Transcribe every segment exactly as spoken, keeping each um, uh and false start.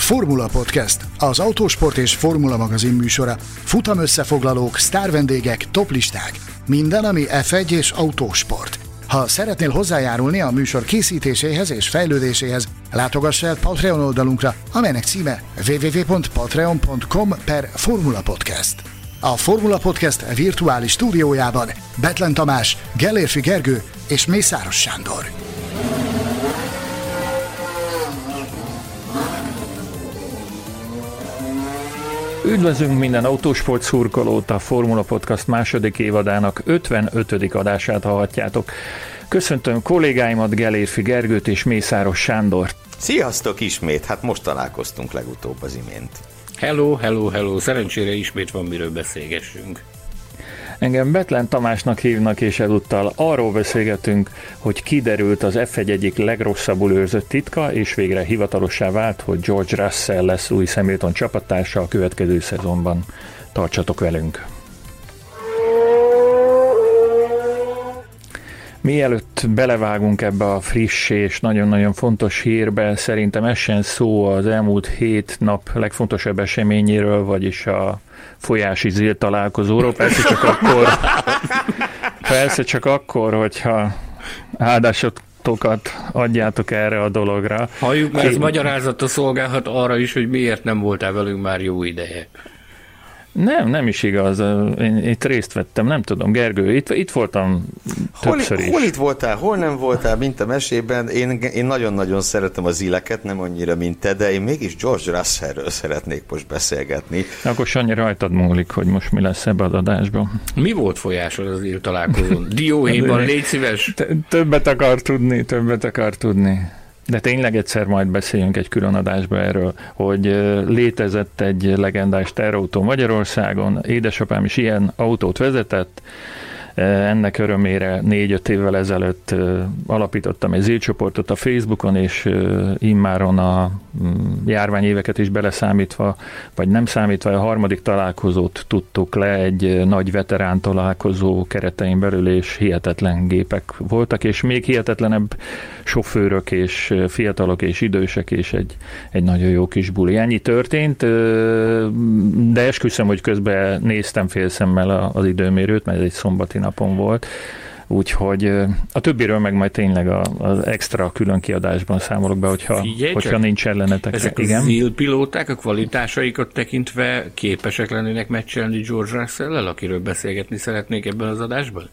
Formula Podcast, az autósport és formula magazin műsora. Futam összefoglalók, sztárvendégek, toplisták. Minden, ami ef egy és autósport. Ha szeretnél hozzájárulni a műsor készítéséhez és fejlődéséhez, látogass el Patreon oldalunkra, amelynek címe double-u double-u double-u pont patreon pont com per Formula Podcast. A Formula Podcast virtuális stúdiójában Bethlen Tamás, Gellérfi Gergő és Mészáros Sándor. Üdvözlünk minden autósport szurkolót, a Formula Podcast második évadának ötvenötödik adását hallhatjátok. Köszöntöm kollégáimat, Gellérfi Gergőt és Mészáros Sándort. Sziasztok ismét, hát most találkoztunk legutóbb az imént. Hello, hello, hello, szerencsére ismét van miről beszélgessünk. Engem Bethlen Tamásnak hívnak, és ezúttal arról beszélgetünk, hogy kiderült az ef egy egyik legrosszabbul őrzött titka, és végre hivatalossá vált, hogy George Russell lesz Lewis Hamilton csapattársa a következő szezonban. Tartsatok velünk! Mielőtt belevágunk ebbe a friss és nagyon-nagyon fontos hírbe, szerintem essen szó az elmúlt hét nap legfontosabb eseményéről, vagyis a folyási zél találkozóról. Persze csak akkor, persze csak akkor, hogyha áldásotokat adjátok erre a dologra. Halljuk, mert ez magyarázata szolgálhat arra is, hogy miért nem voltál velünk már jó ideje. Nem, nem is igaz. Én itt részt vettem, nem tudom, Gergő, itt, itt voltam többször hol, is. Hol itt voltál, hol nem voltál, mint a mesében? Én, én nagyon-nagyon szeretem az zileket, nem annyira, mint te, de én mégis George Russellről szeretnék most beszélgetni. Akkor Sanyi rajtad múlik, hogy most mi lesz ebbe az adásban. Mi volt folyásod az ír találkozón? Dióhéjban, légy szíves! Többet akar tudni, többet akar tudni. De tényleg egyszer majd beszéljünk egy külön adásba erről, hogy létezett egy legendás terrautó Magyarországon, édesapám is ilyen autót vezetett, ennek örömére négy-öt évvel ezelőtt alapítottam egy zílcsoportot a Facebookon, és immáron a járványéveket is beleszámítva, vagy nem számítva, a harmadik találkozót tudtuk le egy nagy veterán találkozó keretein belül, és hihetetlen gépek voltak, és még hihetetlenebb sofőrök, és fiatalok, és idősek, és egy, egy nagyon jó kis buli. Ennyi történt, de esküszöm, hogy közben néztem félszemmel az időmérőt, mert ez egy szombati napon volt, úgyhogy a többiről meg majd tényleg az extra külön kiadásban számolok be, hogyha, hogyha nincs ellenetek. Ezek igen. a zílpilóták a kvalitásaikat tekintve képesek lennének meccselni George Russell-lel, akiről beszélgetni szeretnék ebben az adásban?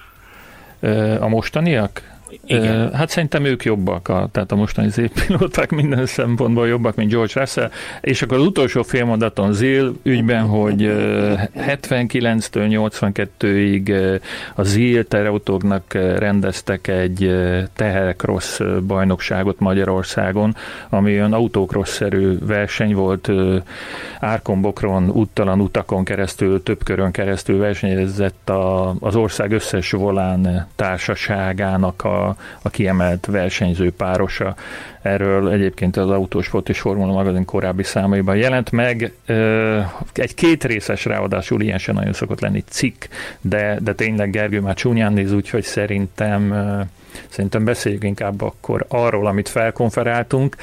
A mostaniak? Igen. Hát szerintem ők jobbak, a, tehát a mostani zílpilóták minden szempontból jobbak, mint George Russell, és akkor az utolsó félmondaton zíl ügyben, hogy hetvenkilenctől nyolcvankettőig a zíl terautóknak rendeztek egy tehercross bajnokságot Magyarországon, ami olyan autócross-szerű verseny volt, árkombokron, úttalan utakon keresztül, több körön keresztül versenyezett a, az ország összes volán társaságának a a kiemelt versenyző párosa. Erről egyébként az Autósport és Formula magazin korábbi számaiban jelent meg. Egy kétrészes, ráadásul ilyen sem nagyon szokott lenni cikk, de, de tényleg Gergő már csúnyán néz, úgyhogy szerintem, szerintem beszéljünk inkább akkor arról, amit felkonferáltunk,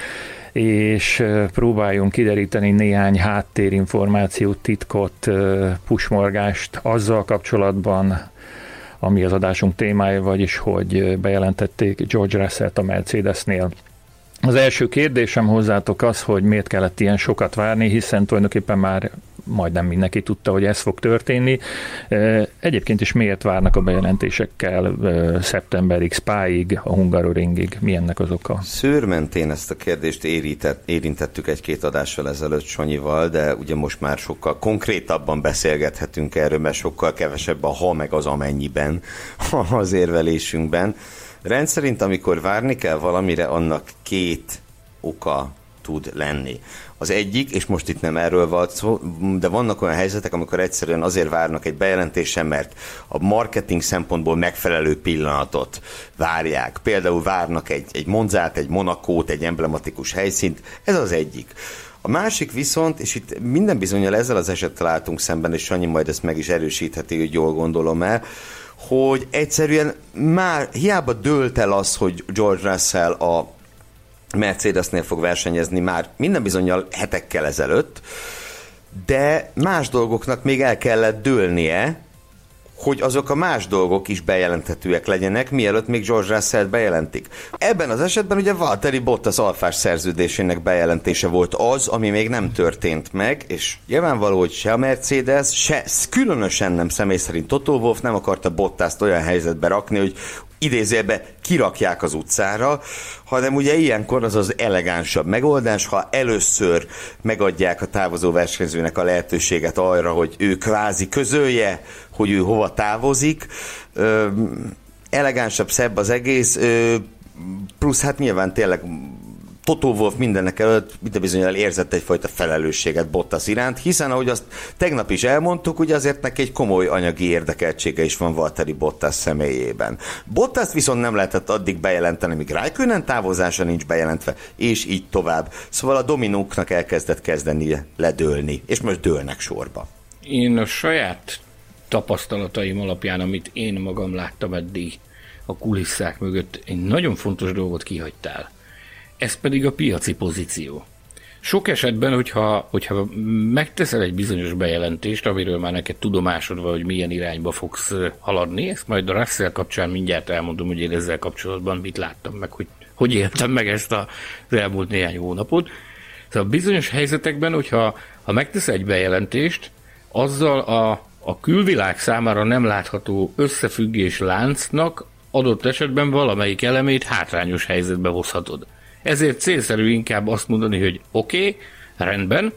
és próbáljunk kideríteni néhány háttérinformációt, titkot, pusmorgást azzal kapcsolatban, ami az adásunk témája, vagyis hogy bejelentették George Russellt a Mercedesnél. Az első kérdésem hozzátok az, hogy miért kellett ilyen sokat várni, hiszen tulajdonképpen már majdnem mindenki tudta, hogy ez fog történni. Egyébként is miért várnak a bejelentésekkel szeptemberig, Spáig, a Hungaroringig? Mi ennek az oka? Szőrmentén ezt a kérdést érített, érintettük egy-két adással ezelőtt Sanyival, de ugye most már sokkal konkrétabban beszélgethetünk erről, mert sokkal kevesebb a ha meg az amennyiben az érvelésünkben. Rendszerint, amikor várni kell valamire, annak két oka tud lenni. Az egyik, és most itt nem erről van szó, de vannak olyan helyzetek, amikor egyszerűen azért várnak egy bejelentésen, mert a marketing szempontból megfelelő pillanatot várják. Például várnak egy, egy Monzát, egy Monakót, egy emblematikus helyszínt. Ez az egyik. A másik viszont, és itt minden bizonnyal ezzel az esettel álltunk szemben, és Sanyi majd ezt meg is erősítheti, hogy jól gondolom el, hogy egyszerűen már hiába dőlt el az, hogy George Russell a Mercedesnél fog versenyezni már minden bizonnyal hetekkel ezelőtt, de más dolgoknak még el kellett dőlnie, hogy azok a más dolgok is bejelenthetőek legyenek, mielőtt még George Russellt bejelentik. Ebben az esetben ugye Valtteri Bottas alfás szerződésének bejelentése volt az, ami még nem történt meg, és nyilvánvaló, hogy se a Mercedes, se különösen nem személy szerint Toto Wolff nem akarta Bottast olyan helyzetbe rakni, hogy idézőjelbe kirakják az utcára, hanem ugye ilyenkor az az elegánsabb megoldás, ha először megadják a távozó versenyzőnek a lehetőséget arra, hogy ő kvázi közölje, hogy ő hova távozik. Ö, elegánsabb, szebb az egész, ö, plusz hát nyilván tényleg Toto Wolff mindennek előtt minden bizonnyal érzett egyfajta felelősséget Bottas iránt, hiszen ahogy azt tegnap is elmondtuk, ugye azért neki egy komoly anyagi érdekeltsége is van Valtteri Bottas személyében. Bottast viszont nem lehetett addig bejelenteni, míg Raikkonen távozása nincs bejelentve, és így tovább. Szóval a dominóknak elkezdett kezdeni ledőlni, és most dőlnek sorba. Én a saját tapasztalataim alapján, amit én magam láttam eddig a kulisszák mögött, egy nagyon fontos dolgot kihagytál. Ez pedig a piaci pozíció. Sok esetben, hogyha, hogyha megteszel egy bizonyos bejelentést, amiről már neked tudomásod van, hogy milyen irányba fogsz haladni, ezt majd a Russell kapcsán mindjárt elmondom, hogy én ezzel kapcsolatban mit láttam meg, hogy hogy éltem meg ezt az elmúlt néhány hónapot. Szóval bizonyos helyzetekben, hogyha ha megteszel egy bejelentést, azzal a, a külvilág számára nem látható összefüggés láncnak adott esetben valamelyik elemét hátrányos helyzetbe hozhatod. Ezért célszerű inkább azt mondani, hogy oké, okay, rendben,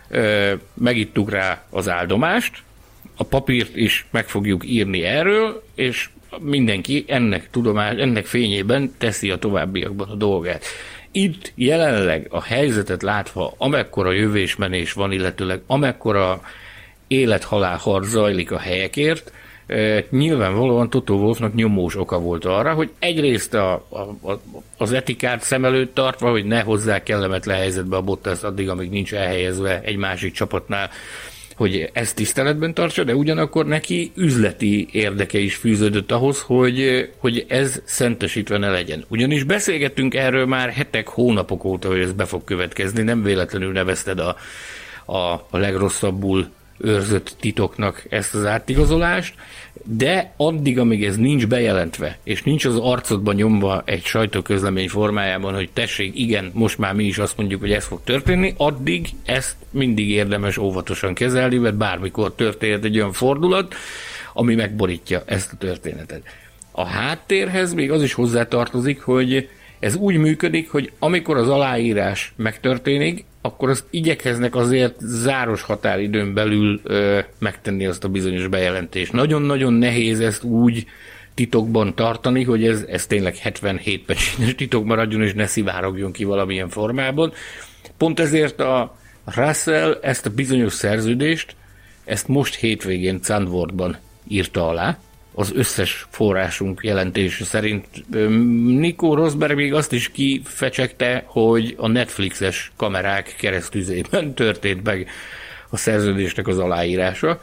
megittuk rá az áldomást, a papírt is meg fogjuk írni erről, és mindenki ennek tudomás, ennek fényében teszi a továbbiakban a dolgát. Itt jelenleg a helyzetet látva, amekkora jövésmenés van, illetőleg amekkora élet-halál harc zajlik a helyekért, nyilvánvalóan Toto Wolffnak nyomós oka volt arra, hogy egyrészt a, a, az etikát szem előtt tartva, hogy ne hozzák kellemetlen helyzetbe a Bottas addig, amíg nincs elhelyezve egy másik csapatnál, hogy ezt tiszteletben tartsa, de ugyanakkor neki üzleti érdeke is fűződött ahhoz, hogy, hogy ez szentesítve ne legyen. Ugyanis beszélgettünk erről már hetek, hónapok óta, hogy ez be fog következni, nem véletlenül nevezted a, a, a legrosszabbul őrzött titoknak ezt az átigazolást, de addig, amíg ez nincs bejelentve, és nincs az arcodban nyomva egy sajtóközlemény formájában, hogy tessék, igen, most már mi is azt mondjuk, hogy ez fog történni, addig ezt mindig érdemes óvatosan kezelni, mert bármikor történhet egy olyan fordulat, ami megborítja ezt a történetet. A háttérhez még az is hozzátartozik, hogy ez úgy működik, hogy amikor az aláírás megtörténik, akkor azt igyekeznek azért záros határidőn belül ö, megtenni azt a bizonyos bejelentést. Nagyon-nagyon nehéz ezt úgy titokban tartani, hogy ez, ez tényleg hetvenhét percig titok maradjon, és ne szivárogjon ki valamilyen formában. Pont ezért a Russell ezt a bizonyos szerződést, ezt most hétvégén Zandvoortban írta alá, az összes forrásunk jelentése szerint. Nico Rosberg még azt is kifecsegte, hogy a Netflixes kamerák keresztüzében történt meg a szerződésnek az aláírása.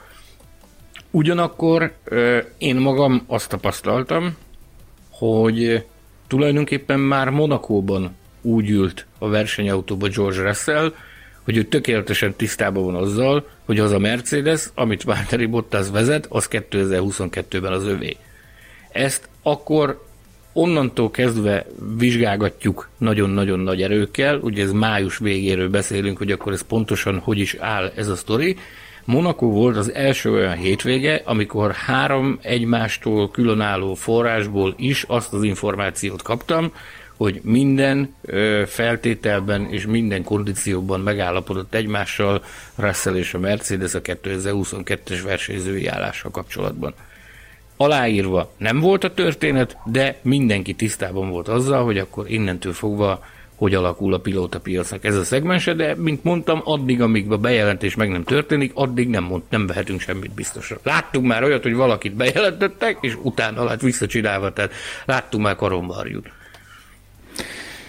Ugyanakkor én magam azt tapasztaltam, hogy tulajdonképpen már Monacóban úgy ült a versenyautóba George Russell, hogy ő tökéletesen tisztában van azzal, hogy az a Mercedes, amit Valtteri Bottas vezet, az kétezer-huszonkettőben az övé. Ezt akkor onnantól kezdve vizsgálgatjuk nagyon-nagyon nagy erőkkel, ugye ez május végéről beszélünk, hogy akkor ez pontosan hogy is áll ez a sztori. Monaco volt az első olyan hétvége, amikor három egymástól különálló forrásból is azt az információt kaptam, hogy minden ö, feltételben és minden kondícióban megállapodott egymással Russell és a Mercedes a kétezer-huszonkettes versenyzői állással kapcsolatban. Aláírva nem volt a történet, de mindenki tisztában volt azzal, hogy akkor innentől fogva hogy alakul a pilótapiacnak ez a szegmense, de mint mondtam, addig, amíg a bejelentés meg nem történik, addig nem, mond, nem vehetünk semmit biztosra. Láttunk már olyat, hogy valakit bejelentettek, és utána lett visszacsinálva, tehát láttunk már karombarjút.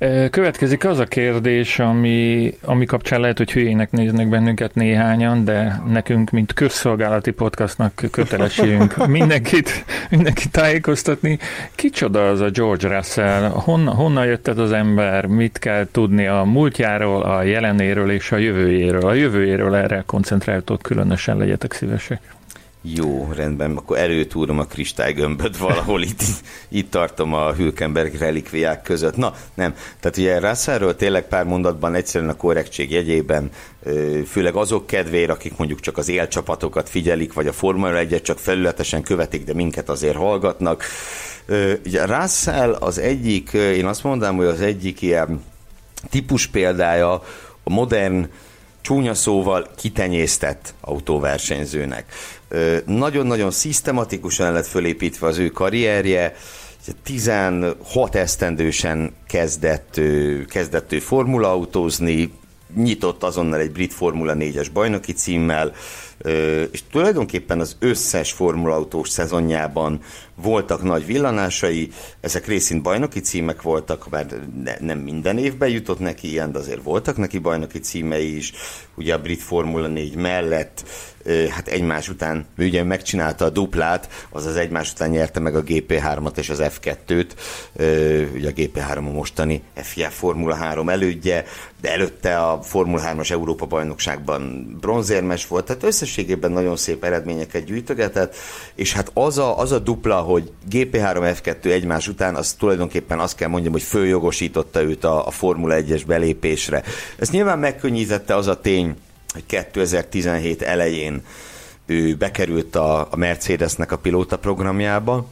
Következik az a kérdés, ami, ami kapcsán lehet, hogy hülyének néznek bennünket néhányan, de nekünk, mint közszolgálati podcastnak kötelességünk mindenkit, mindenkit tájékoztatni. Kicsoda az a George Russell? Honnan, honnan jött ez az ember? Mit kell tudni a múltjáról, a jelenéről és a jövőjéről? A jövőjéről erre koncentráltok különösen, legyetek szívesek. Jó, rendben, akkor előtúrom a kristálygömböt valahol itt, itt tartom a Hülkenberg relikviák között. Na, nem. Tehát ugye Russellről tényleg pár mondatban egyszerűen a korrektség jegyében, főleg azok kedvére, akik mondjuk csak az élcsapatokat figyelik, vagy a Formula egyet csak felületesen követik, de minket azért hallgatnak. Ugye Russell az egyik, én azt mondanám, hogy az egyik ilyen típus példája a modern, csúnya szóval kitenyésztett autóversenyzőnek. Nagyon-nagyon szisztematikusan lett fölépítve az ő karrierje, tizenhat esztendősen kezdett, kezdett ő formulaautózni, nyitott azonnal egy brit Formula négyes bajnoki címmel, és tulajdonképpen az összes formulaautós szezonjában voltak nagy villanásai, ezek részint bajnoki címek voltak, mert ne, nem minden évben jutott neki ilyen, de azért voltak neki bajnoki címei is, ugye a brit Formula négy mellett, hát egymás után, ugye megcsinálta a duplát, azaz egymás után nyerte meg a gé pé hármat és az ef kettőt, ugye a gé pé három a mostani ef i á Formula három elődje, de előtte a Formula hármas Európa bajnokságban bronzérmes volt, tehát összességében nagyon szép eredményeket gyűjtögetett, és hát az a, az a dupla, hogy gé pé három ef kettő egymás után, az tulajdonképpen azt kell mondjam, hogy följogosította őt a, a Formula egyes belépésre. Ezt nyilván megkönnyítette az a tény, hogy kétezer-tizenhét elején ő bekerült a, a Mercedesnek a pilóta programjába,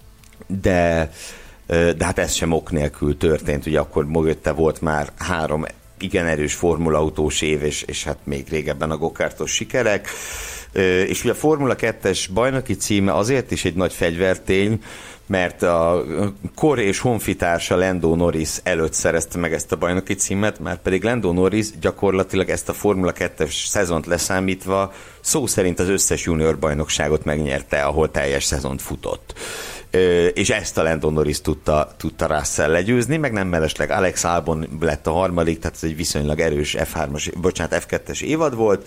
de, de hát ez sem ok nélkül történt, ugye akkor mögötte volt már három igen erős formulaautós év, és, és hát még régebben a gokártos sikerek, és ugye a Formula kettes bajnoki címe azért is egy nagy fegyvertény, mert a kor és honfitársa Lando Norris előtt szerezte meg ezt a bajnoki címet, már pedig Lando Norris gyakorlatilag ezt a Formula kettes szezont leszámítva szó szerint az összes junior bajnokságot megnyerte, ahol teljes szezont futott. És ezt a Lando Norris tudta, tudta Russell legyőzni, meg nem mellesleg Alex Albon lett a harmadik, tehát ez egy viszonylag erős ef hármas, bocsánat, ef kettes évad volt.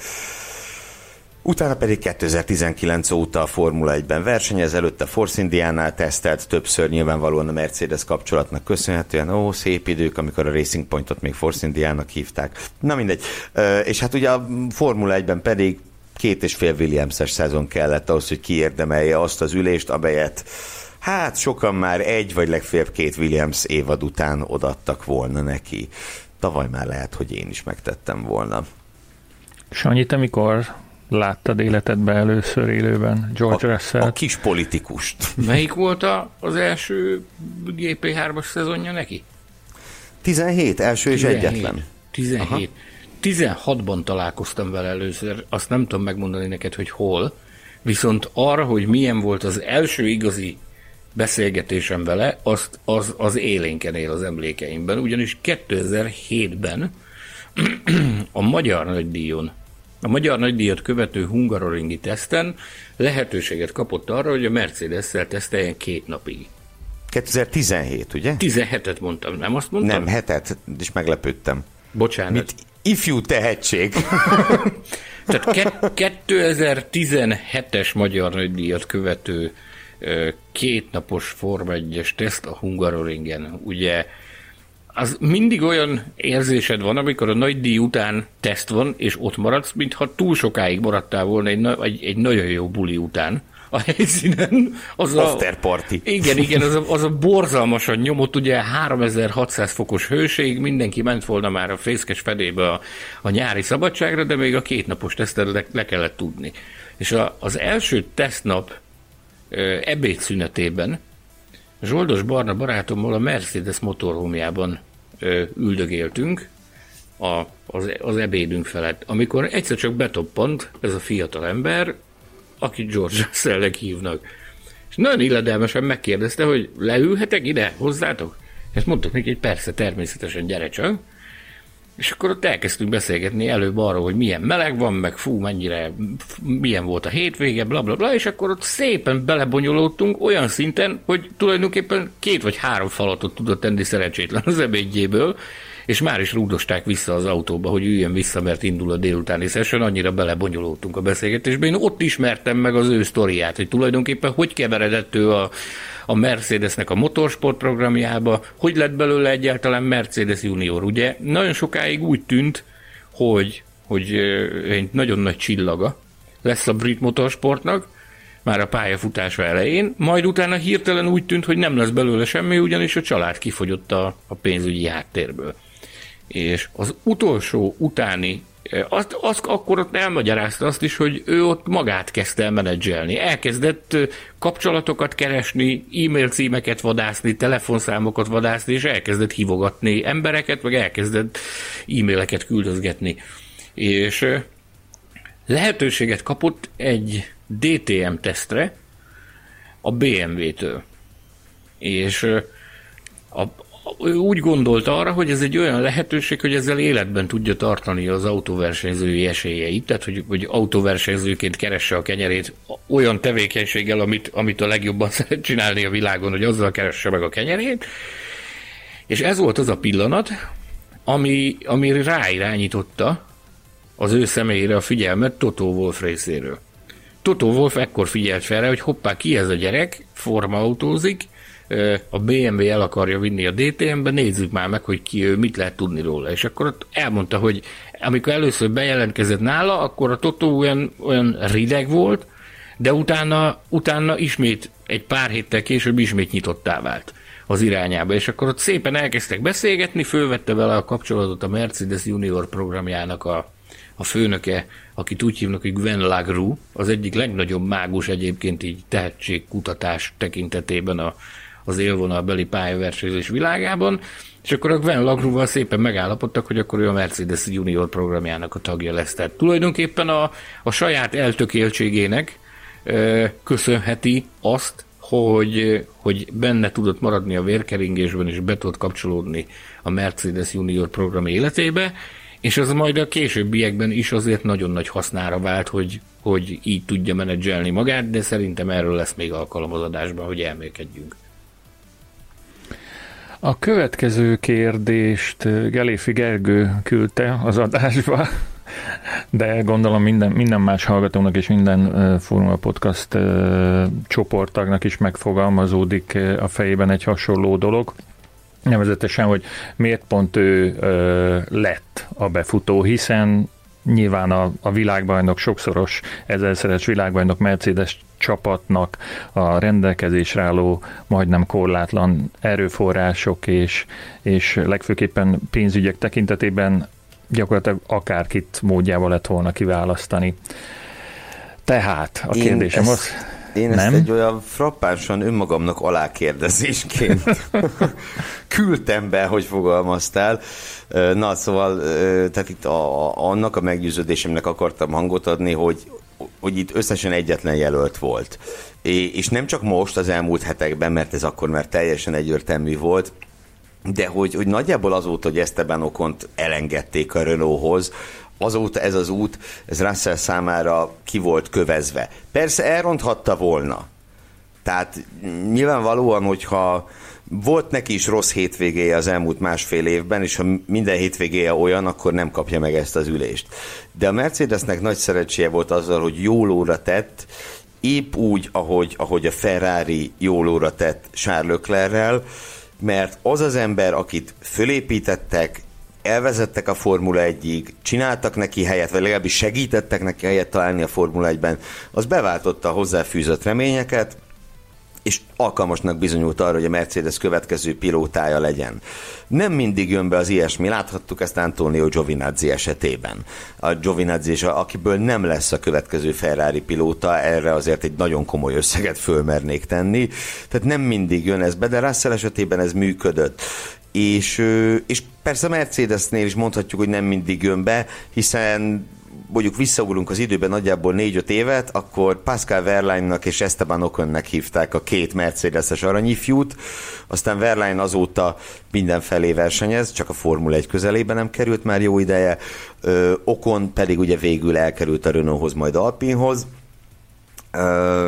Utána pedig kétezer-tizenkilenc óta a Formula egyben versenyez, előtte a Force Indiánál tesztelt, többször nyilvánvalóan a Mercedes kapcsolatnak köszönhetően, ó, szép idők, amikor a Racing Pointot még Force Indiának hívták. Na mindegy. És hát ugye a Formula egyben pedig két és fél Williams-es szezon kellett ahhoz, hogy kiérdemelje azt az ülést, amelyet hát sokan már egy vagy legfeljebb két Williams évad után odaadtak volna neki. Tavaly már lehet, hogy én is megtettem volna. Sanyi, te mikor láttad életedben először élőben George a, Russell-t? A kis politikust. Melyik volt a, az első gé pé hármas szezonja neki? tizenhét, első tizenhét, és egyetlen. tizenhét. Aha. tizenhatban találkoztam vele először, azt nem tudom megmondani neked, hogy hol, viszont arra, hogy milyen volt az első igazi beszélgetésem vele, azt, az, az élénken él az emlékeimben, ugyanis kétezer-hétben a Magyar Nagydíjon, a Magyar Nagydíjat követő hungaroringi teszten lehetőséget kapott arra, hogy a Mercedes-szel teszteljen két napig. kétezer-tizenhét, ugye? tizenhetet mondtam, nem azt mondtam? Nem, hetet, és meglepődtem. Bocsánat. Mit ifjú tehetség. Tehát kétezer-tizenhetes Magyar Nagydíjat követő kétnapos Forma egyes teszt a Hungaroringen. Ugye az mindig olyan érzésed van, amikor a nagydíj után teszt van, és ott maradsz, mintha túl sokáig maradtál volna egy, egy, egy nagyon jó buli után a helyszínen. Az After party. Igen, igen, az a, az a borzalmasan nyomott, ugye háromezer-hatszáz fokos hőség, mindenki ment volna már a fészkes fedébe a, a nyári szabadságra, de még a kétnapos tesztet le, le kellett tudni. És a, az első tesztnap ebédszünetében Zsoldos Barna barátommal a Mercedes motorhomjában üldögéltünk a, az, az ebédünk felett, amikor egyszer csak betoppant ez a fiatal ember, akit George Russell-nek hívnak. És nagyon illedelmesen megkérdezte, hogy leülhetek ide hozzátok? Ezt mondtuk neki, hogy persze, természetesen, gyere csak. És akkor ott elkezdtünk beszélgetni előbb arról, hogy milyen meleg van, meg fú, mennyire, milyen volt a hétvége, bla bla bla, és akkor ott szépen belebonyolódtunk olyan szinten, hogy tulajdonképpen két vagy három falatot tudott tenni szerencsétlen az ebédjéből, és már is rúgdosták vissza az autóba, hogy üljön vissza, mert indul a délutáni session, annyira belebonyolódtunk a beszélgetésbe. Én ott ismertem meg az ő sztoriát, hogy tulajdonképpen hogy keveredett ő a, a Mercedesnek a motorsport programjába, hogy lett belőle egyáltalán Mercedes junior. Ugye nagyon sokáig úgy tűnt, hogy, hogy egy nagyon nagy csillaga lesz a brit motorsportnak, már a pályafutása elején, majd utána hirtelen úgy tűnt, hogy nem lesz belőle semmi, ugyanis a család kifogyott a, a pénzügyi háttérből. És az utolsó utáni, azt, azt akkor ott elmagyarázta azt is, hogy ő ott magát kezdte el menedzselni. Elkezdett kapcsolatokat keresni, e-mail címeket vadászni, telefonszámokat vadászni, és elkezdett hívogatni embereket, meg elkezdett e-maileket küldözgetni. És lehetőséget kapott egy dé té em tesztre a bé em vé-től. És a, ő úgy gondolta arra, hogy ez egy olyan lehetőség, hogy ezzel életben tudja tartani az autóversenyzői esélyeit, tehát hogy, hogy autóversenyzőként keresse a kenyerét olyan tevékenységgel, amit, amit a legjobban szeret csinálni a világon, hogy azzal keresse meg a kenyerét. És ez volt az a pillanat, ami, ami ráirányította az ő személyére a figyelmet Toto Wolff részéről. Toto Wolff ekkor figyelt fel rá, hogy hoppá, ki ez a gyerek, formautózik, a bé em vé el akarja vinni a dé té em-be, nézzük már meg, hogy ki ő, mit lehet tudni róla. És akkor ott elmondta, hogy amikor először bejelentkezett nála, akkor a Toto olyan, olyan rideg volt, de utána, utána ismét egy pár héttel később ismét nyitottá vált az irányába. És akkor ott szépen elkezdtek beszélgetni, fölvette vele a kapcsolatot a Mercedes Junior programjának a a főnöke, akit úgy hívnak, hogy Gwen Lagrue, az egyik legnagyobb mágus egyébként így tehetségkutatás tekintetében a, az élvonalbeli pályaversenyzés világában, és akkor a Gwen Lagrue-val szépen megállapodtak, hogy akkor ő a Mercedes Junior programjának a tagja lesz. Tehát tulajdonképpen a, a saját eltökéltségének ö, köszönheti azt, hogy, hogy benne tudott maradni a vérkeringésben, és be tudott kapcsolódni a Mercedes Junior program életébe, és az majd a későbbiekben is azért nagyon nagy hasznára vált, hogy, hogy így tudja menedzselni magát, de szerintem erről lesz még alkalom az adásban, hogy elmélkedjünk. A következő kérdést Geléfi Gergő küldte az adásba, de gondolom minden, minden más hallgatónak és minden Formula Podcast csoporttagnak is megfogalmazódik a fejében egy hasonló dolog. Nevezetesen, hogy miért pont ő ö, lett a befutó, hiszen nyilván a, a világbajnok, sokszoros ezerszeres világbajnok Mercedes csapatnak a rendelkezésre álló majdnem korlátlan erőforrások és, és legfőképpen pénzügyek tekintetében gyakorlatilag akárkit módjával lett volna kiválasztani. Tehát a kérdésem az... Én ezt nem? egy olyan frappánsan önmagamnak alákérdezésként küldtem be, hogy fogalmaztál. Na, szóval tehát itt a, annak a meggyőződésemnek akartam hangot adni, hogy, hogy itt összesen egyetlen jelölt volt. És nem csak most az elmúlt hetekben, mert ez akkor már teljesen egyértelmű volt, de hogy, hogy nagyjából azóta, hogy Esteban Ocont elengedték a Renaulthoz, azóta ez az út, ez Russell számára ki volt kövezve. Persze elronthatta volna. Tehát nyilvánvalóan, hogyha volt neki is rossz hétvégéje az elmúlt másfél évben, és ha minden hétvégéje olyan, akkor nem kapja meg ezt az ülést. De a Mercedesnek nagy szerencséje volt azzal, hogy jól óra tett, épp úgy, ahogy, ahogy a Ferrari jól óra tett Charles Leclerrel, mert az az ember, akit fölépítettek, elvezettek a Formula egyig, csináltak neki helyet, vagy legalábbis segítettek neki helyet találni a Formula egyben, az beváltotta a hozzáfűzött reményeket, és alkalmasnak bizonyult arra, hogy a Mercedes következő pilótája legyen. Nem mindig jön be az ilyesmi, láthattuk ezt Antonio Giovinazzi esetében. A Giovinazzi, akiből nem lesz a következő Ferrari pilóta, erre azért egy nagyon komoly összeget fölmernék tenni, tehát nem mindig jön ez be, de Russell esetében ez működött. És, és persze a Mercedesnél is mondhatjuk, hogy nem mindig jön be, hiszen mondjuk visszaugrunk az időben nagyjából négy-öt évet, akkor Pascal Wehrleinnak és Esteban Oconnek hívták a két Mercedes-es aranyifjút, aztán Wehrlein azóta mindenfelé versenyez, csak a Formula egy közelében nem került már jó ideje, ö, Ocon pedig ugye végül elkerült a Renaulthoz, majd Alpinehoz. Ö,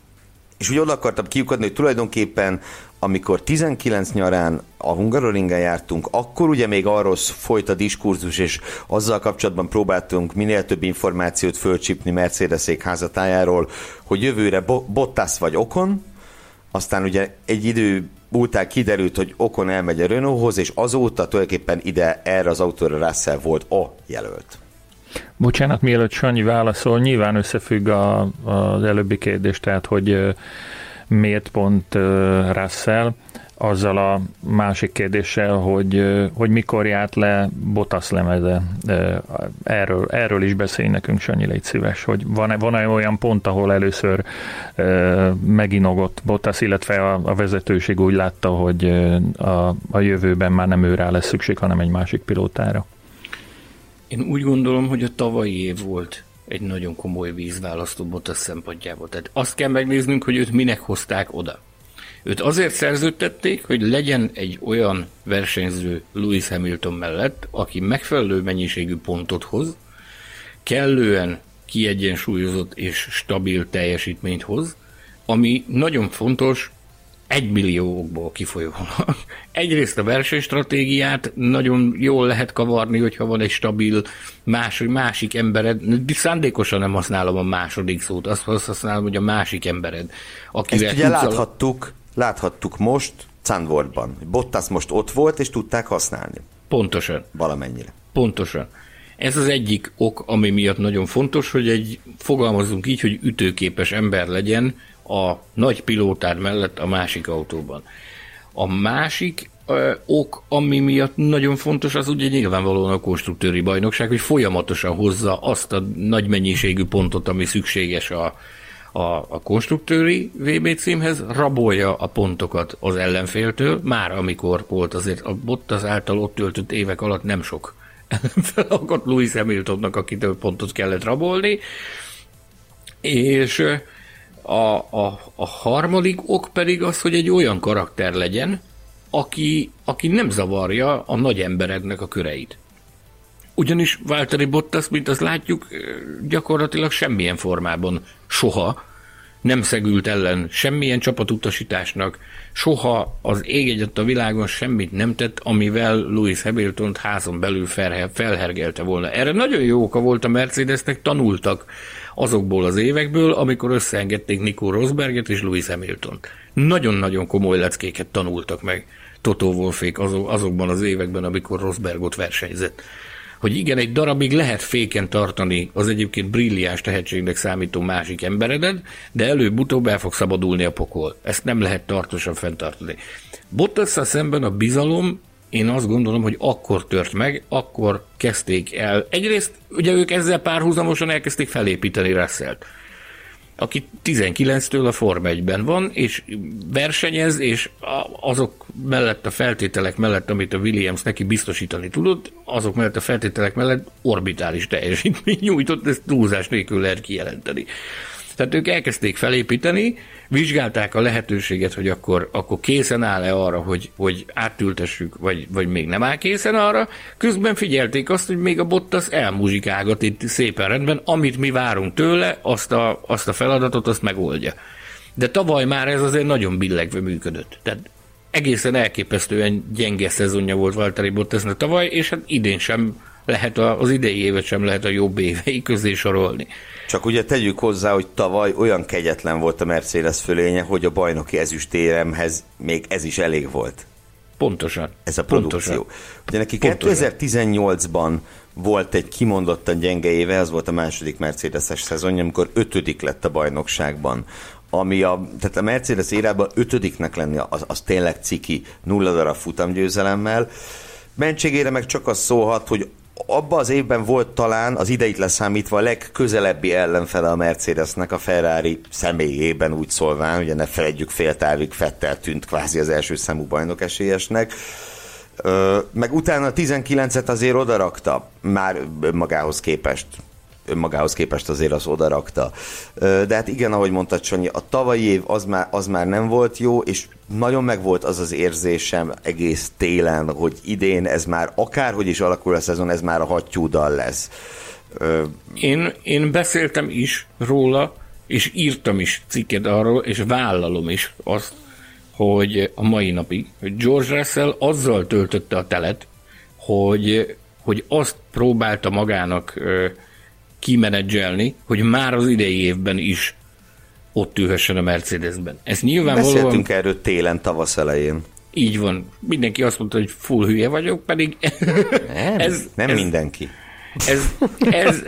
és úgy oda akartam kiukadni, hogy tulajdonképpen amikor tizenkilenc nyarán a Hungaroringen jártunk, akkor ugye még arról folyt a diskurzus, és azzal kapcsolatban próbáltunk minél több információt fölcsípni Mercedesék házatájáról, hogy jövőre Bottas vagy Ocon, aztán ugye egy idő múltán kiderült, hogy Ocon elmegy a Renaulthoz, és azóta tulajdonképpen ide erre az autóra Russell volt a jelölt. Bocsánat, mielőtt Sanyi válaszol, nyilván összefügg a, az előbbi kérdés, tehát hogy miért pont Russell, azzal a másik kérdéssel, hogy, hogy mikor járt le Bottas lemeze. Erről, erről is beszélj nekünk, Sanyi, légy szíves, hogy van-e, van-e olyan pont, ahol először meginogott Bottas, illetve a, a vezetőség úgy látta, hogy a, a jövőben már nem őrá lesz szükség, hanem egy másik pilótára. Én úgy gondolom, hogy a tavalyi év volt egy nagyon komoly vízválasztó Bottas szempontjából. Tehát azt kell megnéznünk, hogy őt minek hozták oda. Őt azért szerződtették, hogy legyen egy olyan versenyző Lewis Hamilton mellett, aki megfelelő mennyiségű pontot hoz, kellően kiegyensúlyozott és stabil teljesítményt hoz, ami nagyon fontos egymillió okból kifolyólag. Egyrészt a versenystratégiát nagyon jól lehet kavarni, hogyha van egy stabil más, másik embered, szándékosan nem használom a második szót, azt használom, hogy a másik embered. Ezt ugye láthattuk, láthattuk most Zandvoortban. Bottas most ott volt, és tudták használni. Pontosan. Valamennyire. Pontosan. Ez az egyik ok, ami miatt nagyon fontos, hogy egy, fogalmazzunk így, hogy ütőképes ember legyen a nagy pilótád mellett a másik autóban. A másik ö, ok, ami miatt nagyon fontos, az ugye nyilvánvalóan a konstruktőri bajnokság, hogy folyamatosan hozza azt a nagy mennyiségű pontot, ami szükséges a, a, a konstruktőri vé bé címhez, rabolja a pontokat az ellenféltől, már amikor volt azért a Bottas által ott töltött évek alatt nem sok ellenfél akadt Lewis Hamiltonnak, akitől pontot kellett rabolni, és A, a, a harmadik ok pedig az, hogy egy olyan karakter legyen, aki, aki nem zavarja a nagy emberednek a köreit. Ugyanis Valtteri Bottas, mint azt látjuk, gyakorlatilag semmilyen formában soha nem szegült ellen semmilyen csapatutasításnak, soha az ég egyet a világon semmit nem tett, amivel Lewis Hamiltont házon belül felhergelte volna. Erre nagyon jó oka volt a Mercedesnek, tanultak azokból az évekből, amikor összeengedték Nico Rosberget és Lewis Hamiltont. Nagyon-nagyon komoly leckéket tanultak meg Toto Wolffék azokban az években, amikor Rosbergot versenyzett. Hogy igen, egy darabig lehet féken tartani az egyébként brilliáns tehetségnek számító másik emberedet, de előbb-utóbb el fog szabadulni a pokol. Ezt nem lehet tartósan fenntartani. Bottasszal szemben a bizalom, én azt gondolom, hogy akkor tört meg, akkor kezdték el. Egyrészt ugye ők ezzel párhuzamosan elkezdték felépíteni Russellt, aki tizenkilenctől a Forma egyben van, és versenyez, és azok mellett a feltételek mellett, amit a Williams neki biztosítani tudott, azok mellett a feltételek mellett orbitális teljesítmény nyújtott, ezt túlzás nélkül lehet kijelenteni. Tehát ők elkezdték felépíteni, vizsgálták a lehetőséget, hogy akkor, akkor készen áll-e arra, hogy, hogy átültessük, vagy, vagy még nem áll készen arra. Közben figyelték azt, hogy még a Bottas elmuzsikálgat itt szépen rendben, amit mi várunk tőle, azt a, azt a feladatot, azt megoldja. De tavaly már ez azért nagyon billegve működött. Tehát egészen elképesztően gyenge szezonja volt Valtteri Bottasnak tavaly, és hát idén sem lehet, a, az idei évet sem lehet a jobb évei közé sorolni. Csak ugye tegyük hozzá, hogy tavaly olyan kegyetlen volt a Mercedes fölénye, hogy a bajnoki ezüstéremhez még ez is elég volt. Pontosan. Ez a produkció. Pontosan. Ugye neki kétezer-tizennyolcban volt egy kimondottan gyenge éve, az volt a második Mercedes-es szezonja, amikor ötödik lett a bajnokságban. Ami a, tehát a Mercedes érában ötödiknek lenni, az, az tényleg ciki, nulla darab futamgyőzelemmel. Mentségére meg csak az szólhat, hogy abban az évben volt talán az ideit leszámítva a legközelebbi ellenfele a Mercedesnek a Ferrari személyében, úgy szólván, ugye ne feledjük, fél távig Vettel tűnt kvázi az első számú bajnok esélyesnek. Meg utána a tizenkilencet azért odarakta, már magához képest önmagához képest azért az odarakta. De hát igen, ahogy mondtad, Sanyi, a tavalyi év az már, az már nem volt jó, és nagyon megvolt az az érzésem egész télen, hogy idén ez már akárhogy is alakul a szezon, ez már a hattyúdal lesz. Én, én beszéltem is róla, és írtam is cikket arról, és vállalom is azt, hogy a mai napig, hogy George Russell azzal töltötte a telet, hogy, hogy azt próbálta magának ö, kimenedzselni, hogy már az idei évben is ott ülhessen a Mercedesben. Ez nyilvánvalóan... Beszéltünk erről télen, tavasz elején. Így van. Mindenki azt mondta, hogy full hülye vagyok, pedig... Nem, ez, nem ez, mindenki. Ez, ez,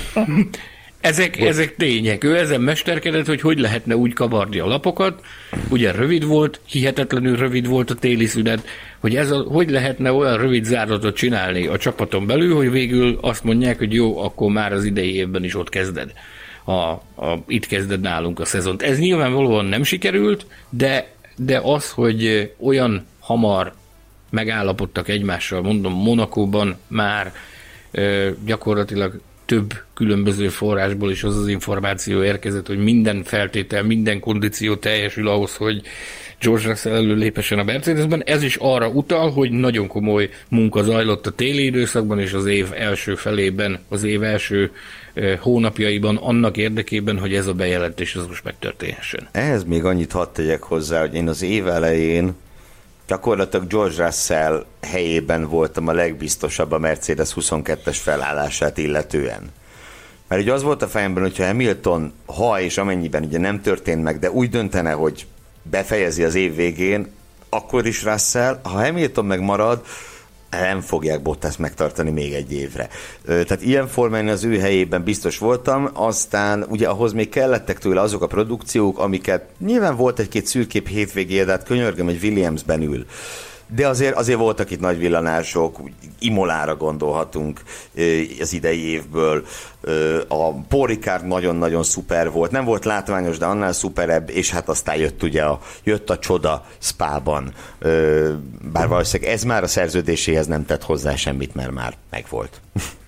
ezek, ezek tények. Ő ezen mesterkedett, hogy hogy lehetne úgy kavarni a lapokat. Ugye rövid volt, hihetetlenül rövid volt a téli szünet, hogy ez a, hogy lehetne olyan rövid zárlatot csinálni a csapaton belül, hogy végül azt mondják, hogy jó, akkor már az idei évben is ott kezded. A, a, itt kezded nálunk a szezont. Ez nyilvánvalóan nem sikerült, de, de az, hogy olyan hamar megállapodtak egymással, mondom, Monakóban már ö, gyakorlatilag több különböző forrásból is az az információ érkezett, hogy minden feltétel, minden kondíció teljesül ahhoz, hogy George Russell előlépessen a Mercedesben. Ez is arra utal, hogy nagyon komoly munka zajlott a téli időszakban és az év első felében, az év első hónapjaiban annak érdekében, hogy ez a bejelentés az most megtörténhessen. Ehhez még annyit hadd tegyek hozzá, hogy én az év elején gyakorlatilag George Russell helyében voltam a legbiztosabb a Mercedes huszonkettes felállását illetően. Mert ugye az volt a fejemben, hogyha Hamilton, ha és amennyiben ugye nem történt meg, de úgy döntene, hogy befejezi az év végén, akkor is Russell, ha Hamilton megmarad, nem fogják Bottas megtartani még egy évre. Tehát ilyen formán az ő helyében biztos voltam, aztán ugye ahhoz még kellettek tőle azok a produkciók, amiket nyilván volt egy-két szürkép hétvégéje, de hát könyörgöm, egy Williamsben ül. De azért, azért voltak itt nagy villanások, Imolára gondolhatunk az idei évből. A Paul Ricard nagyon-nagyon szuper volt, nem volt látványos, de annál szuperebb, és hát aztán jött ugye a, jött a csoda Spában. Bár valószínűleg ez már a szerződéséhez nem tett hozzá semmit, mert már megvolt.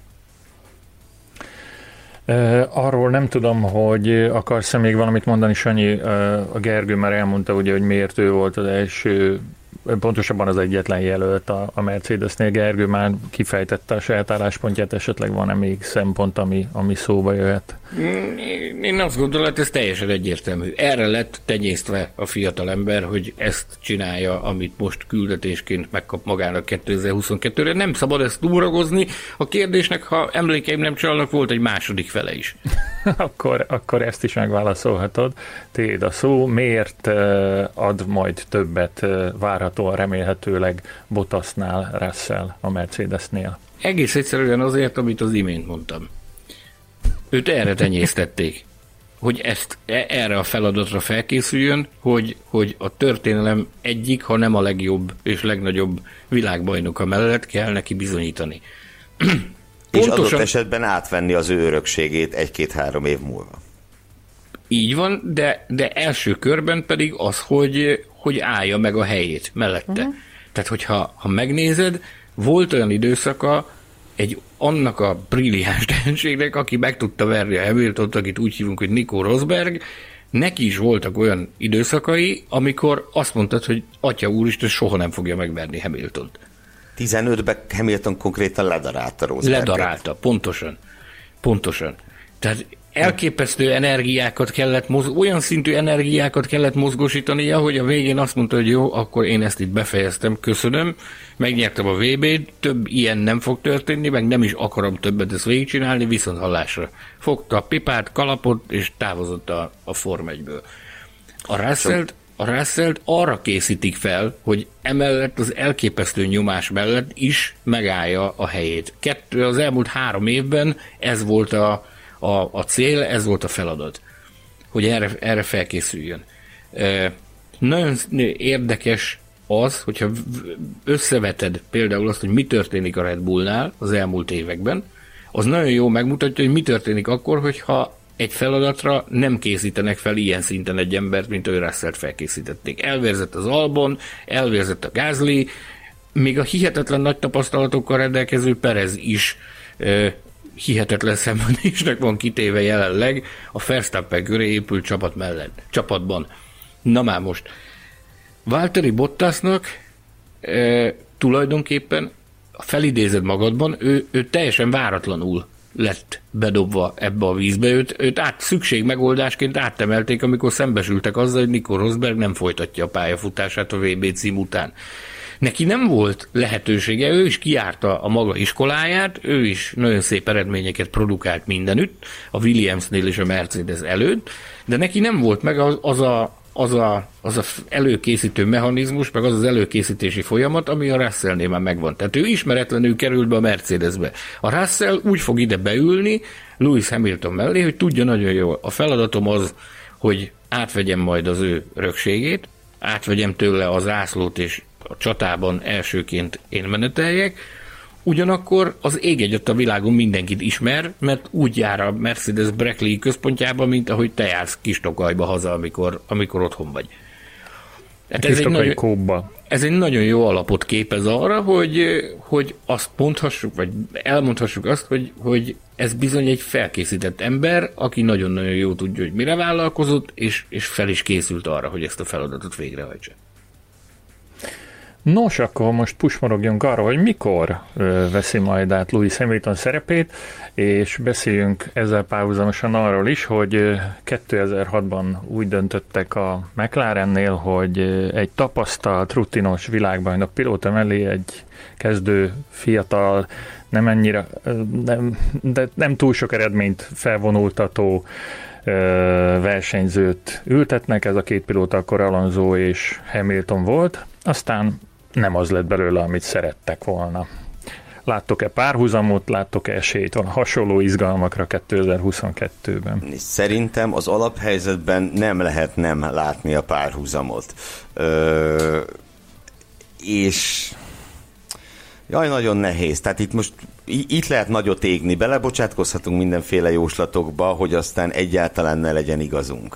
Arról nem tudom, hogy akarsz-e még valamit mondani, Sanyi. A Gergő már elmondta, ugye, hogy miért ő volt az első, pontosabban az egyetlen jelölt a, a Mercedesnél. Gergő már kifejtette a saját álláspontját, esetleg van-e még szempont, ami, ami szóba jöhet? Én azt gondolom, hogy ez teljesen egyértelmű. Erre lett tenyésztve a fiatalember, hogy ezt csinálja, amit most küldetésként megkap magának kétezer-huszonkettőre. Nem szabad ezt túlragozni. A kérdésnek, ha emlékeim nem csalnak, volt egy második fele is. akkor, akkor ezt is megválaszolhatod. Téd a szó. Miért ad majd többet várhatóan, remélhetőleg Bottasnál, Russell a Mercedesnél? Egész egyszerűen azért, amit az imént mondtam. Őt erre tenyésztették, hogy ezt, erre a feladatra felkészüljön, hogy, hogy a történelem egyik, ha nem a legjobb és legnagyobb világbajnoka mellett kell neki bizonyítani. És adott esetben átvenni az ő örökségét egy-két-három év múlva. Így van, de, de első körben pedig az, hogy, hogy állja meg a helyét mellette. Uh-huh. Tehát, hogyha ha megnézed, volt olyan időszaka egy annak a brilliáns tehetségnek, aki meg tudta verni a Hamiltont, akit úgy hívunk, hogy Nico Rosberg, neki is voltak olyan időszakai, amikor azt mondtad, hogy atya úristen, soha nem fogja megverni Hamiltont. tizenötben Hamilton konkrétan ledarálta Rosberget. Ledarálta, pontosan. Pontosan. Tehát elképesztő energiákat kellett, moz- olyan szintű energiákat kellett mozgósítania, hogy a végén azt mondta, hogy jó, akkor én ezt itt befejeztem, köszönöm, megnyertem a vé bét, több ilyen nem fog történni, meg nem is akarom többet ezt végigcsinálni, viszont hallásra. Fogta a pipát, kalapot, és távozott a, a Form egyből. A Russellt, a Russellt arra készítik fel, hogy emellett az elképesztő nyomás mellett is megállja a helyét. Kettő, az elmúlt három évben ez volt a A, a cél, ez volt a feladat, hogy erre, erre felkészüljön. E, nagyon érdekes az, hogyha összeveted például azt, hogy mi történik a Red Bullnál az elmúlt években, az nagyon jó megmutatja, hogy mi történik akkor, hogyha egy feladatra nem készítenek fel ilyen szinten egy embert, mint ő Russellt felkészítették. Elvérzett az Albon, elvérzett a Gasly, még a hihetetlen nagy tapasztalatokkal rendelkező Perez is e, hihetetlen szenvedésnek van kitéve jelenleg a Verstappen köré épült csapat mellett, csapatban. Na már most, Valtteri Bottasnak e, tulajdonképpen felidézed magadban, ő, ő teljesen váratlanul lett bedobva ebbe a vízbe. Őt, őt át, szükségmegoldásként áttemelték, amikor szembesültek azzal, hogy Nico Rosberg nem folytatja a pályafutását a vé bé cím után. Neki nem volt lehetősége, ő is kijárta a maga iskoláját, ő is nagyon szép eredményeket produkált mindenütt, a Williamsnél és a Mercedes előtt, de neki nem volt meg az, az a az a, az a előkészítő mechanizmus, meg az az előkészítési folyamat, ami a Russellnél már megvan. Tehát ő ismeretlenül került be a Mercedesbe. A Russell úgy fog ide beülni Lewis Hamilton mellé, hogy tudja nagyon jól. A feladatom az, hogy átvegyem majd az ő rögségét, átvegyem tőle az zászlót, és a csatában elsőként én meneteljek, ugyanakkor az ég egyet a világon mindenkit ismer, mert úgy jár a Mercedes Brackley központjában, mint ahogy te jársz Kistokajba haza, amikor, amikor otthon vagy. Hát ez, egy nagyon, ez egy nagyon jó alapot képez arra, hogy, hogy azt mondhassuk, vagy elmondhassuk azt, hogy, hogy ez bizony egy felkészített ember, aki nagyon-nagyon jó tudja, hogy mire vállalkozott, és, és fel is készült arra, hogy ezt a feladatot végrehajtsa. Nos, akkor most pusmorogjunk arra, hogy mikor ö, veszi majd át Lewis Hamilton szerepét, és beszéljünk ezzel párhuzamosan arról is, hogy kétezer-hatban úgy döntöttek a McLarennél, hogy egy tapasztalt, rutinos világbajnok pilóta mellé egy kezdő, fiatal, nem ennyire, nem, de nem túl sok eredményt felvonultató ö, versenyzőt ültetnek, ez a két pilóta akkor Alonso és Hamilton volt, aztán nem az lett belőle, amit szerettek volna. Láttok-e párhuzamot, láttok-e esélyt a hasonló izgalmakra kétezer-huszonkettőben? Szerintem az alaphelyzetben nem lehet nem látni a párhuzamot. Ö, és jaj, nagyon nehéz. Tehát itt most itt lehet nagyot égni, belebocsátkozhatunk mindenféle jóslatokba, hogy aztán egyáltalán ne legyen igazunk.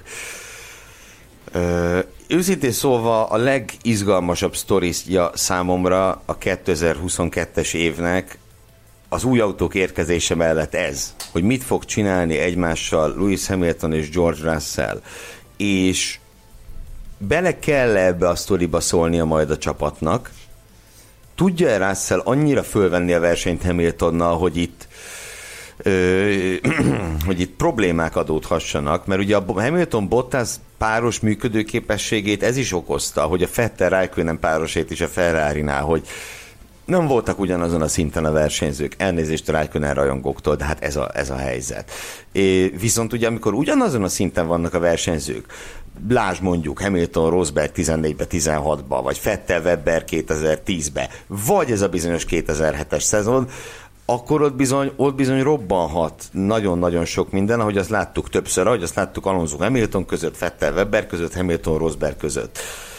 Ö, őszintén szólva a legizgalmasabb sztoria számomra a kétezer-huszonkettes évnek az új autók érkezése mellett ez, hogy mit fog csinálni egymással Lewis Hamilton és George Russell, és bele kell ebbe a sztoriba szólnia majd a csapatnak. Tudja-e Russell annyira fölvenni a versenyt Hamiltonnal, hogy itt Ö, hogy itt problémák adódhassanak, mert ugye a Hamilton-Bottas páros működőképességét ez is okozta, hogy a Vettel-Raikkonen párosét is a Ferrarinál, hogy nem voltak ugyanazon a szinten a versenyzők, elnézést a Raikkonen rajongóktól, de hát ez a, ez a helyzet. É, viszont ugye amikor ugyanazon a szinten vannak a versenyzők, lásd mondjuk Hamilton Rosberg tizennégybe, tizenhatba, vagy Vettel-Webber kétezer-tízbe, vagy ez a bizonyos kétezer-hetes szezon, akkor ott bizony, ott bizony robbanhat nagyon-nagyon sok minden, ahogy azt láttuk többször, ahogy azt láttuk Alonso Hamilton között, Vettel Webber között, Hamilton Rosberg között.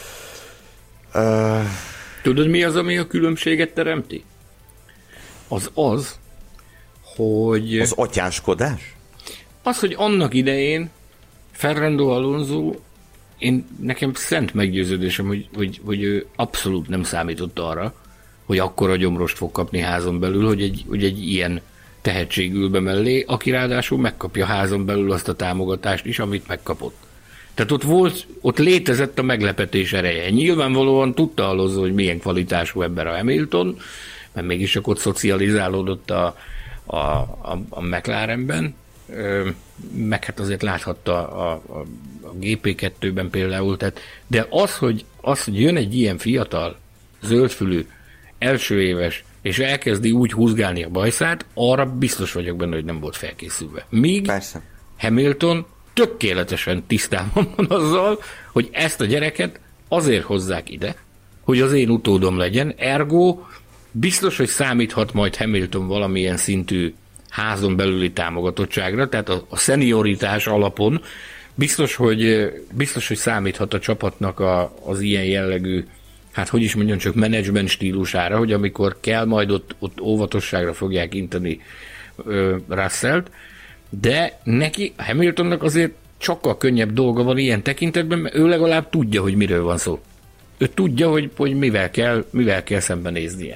Uh... Tudod, mi az, ami a különbséget teremti? Az az, hogy... Az atyáskodás? Az, hogy annak idején Fernando Alonso, én, nekem szent meggyőződésem, hogy, hogy, hogy ő abszolút nem számított arra, hogy akkora gyomrost fog kapni házon belül, hogy egy, hogy egy ilyen tehetség ül be mellé, aki ráadásul megkapja házon belül azt a támogatást is, amit megkapott. Tehát ott volt, ott létezett a meglepetés ereje. Nyilvánvalóan tudta Alonso, hogy milyen kvalitású ember a Hamilton, mert mégis csak ott szocializálódott a, a, a, a McLarenben, meg hát azért láthatta a, a, a gé pé kettőben például. Tehát, de az hogy, az, hogy jön egy ilyen fiatal, zöldfülű, első éves, és elkezdi úgy húzgálni a bajszát, arra biztos vagyok benne, hogy nem volt felkészülve. Míg Persze. Hamilton tökéletesen tisztában van azzal, hogy ezt a gyereket azért hozzák ide, hogy az én utódom legyen, ergo biztos, hogy számíthat majd Hamilton valamilyen szintű házon belüli támogatottságra, tehát a, a szenioritás alapon biztos, hogy, biztos, hogy számíthat a csapatnak a, az ilyen jellegű, hát hogy is mondjam, csak menedzsment stílusára, hogy amikor kell, majd ott, ott óvatosságra fogják inteni ö, Russellt, de neki, Hamiltonnak azért sokkal könnyebb dolga van ilyen tekintetben, mert ő legalább tudja, hogy miről van szó. Ő tudja, hogy, hogy mivel kell, mivel kell szembenéznie.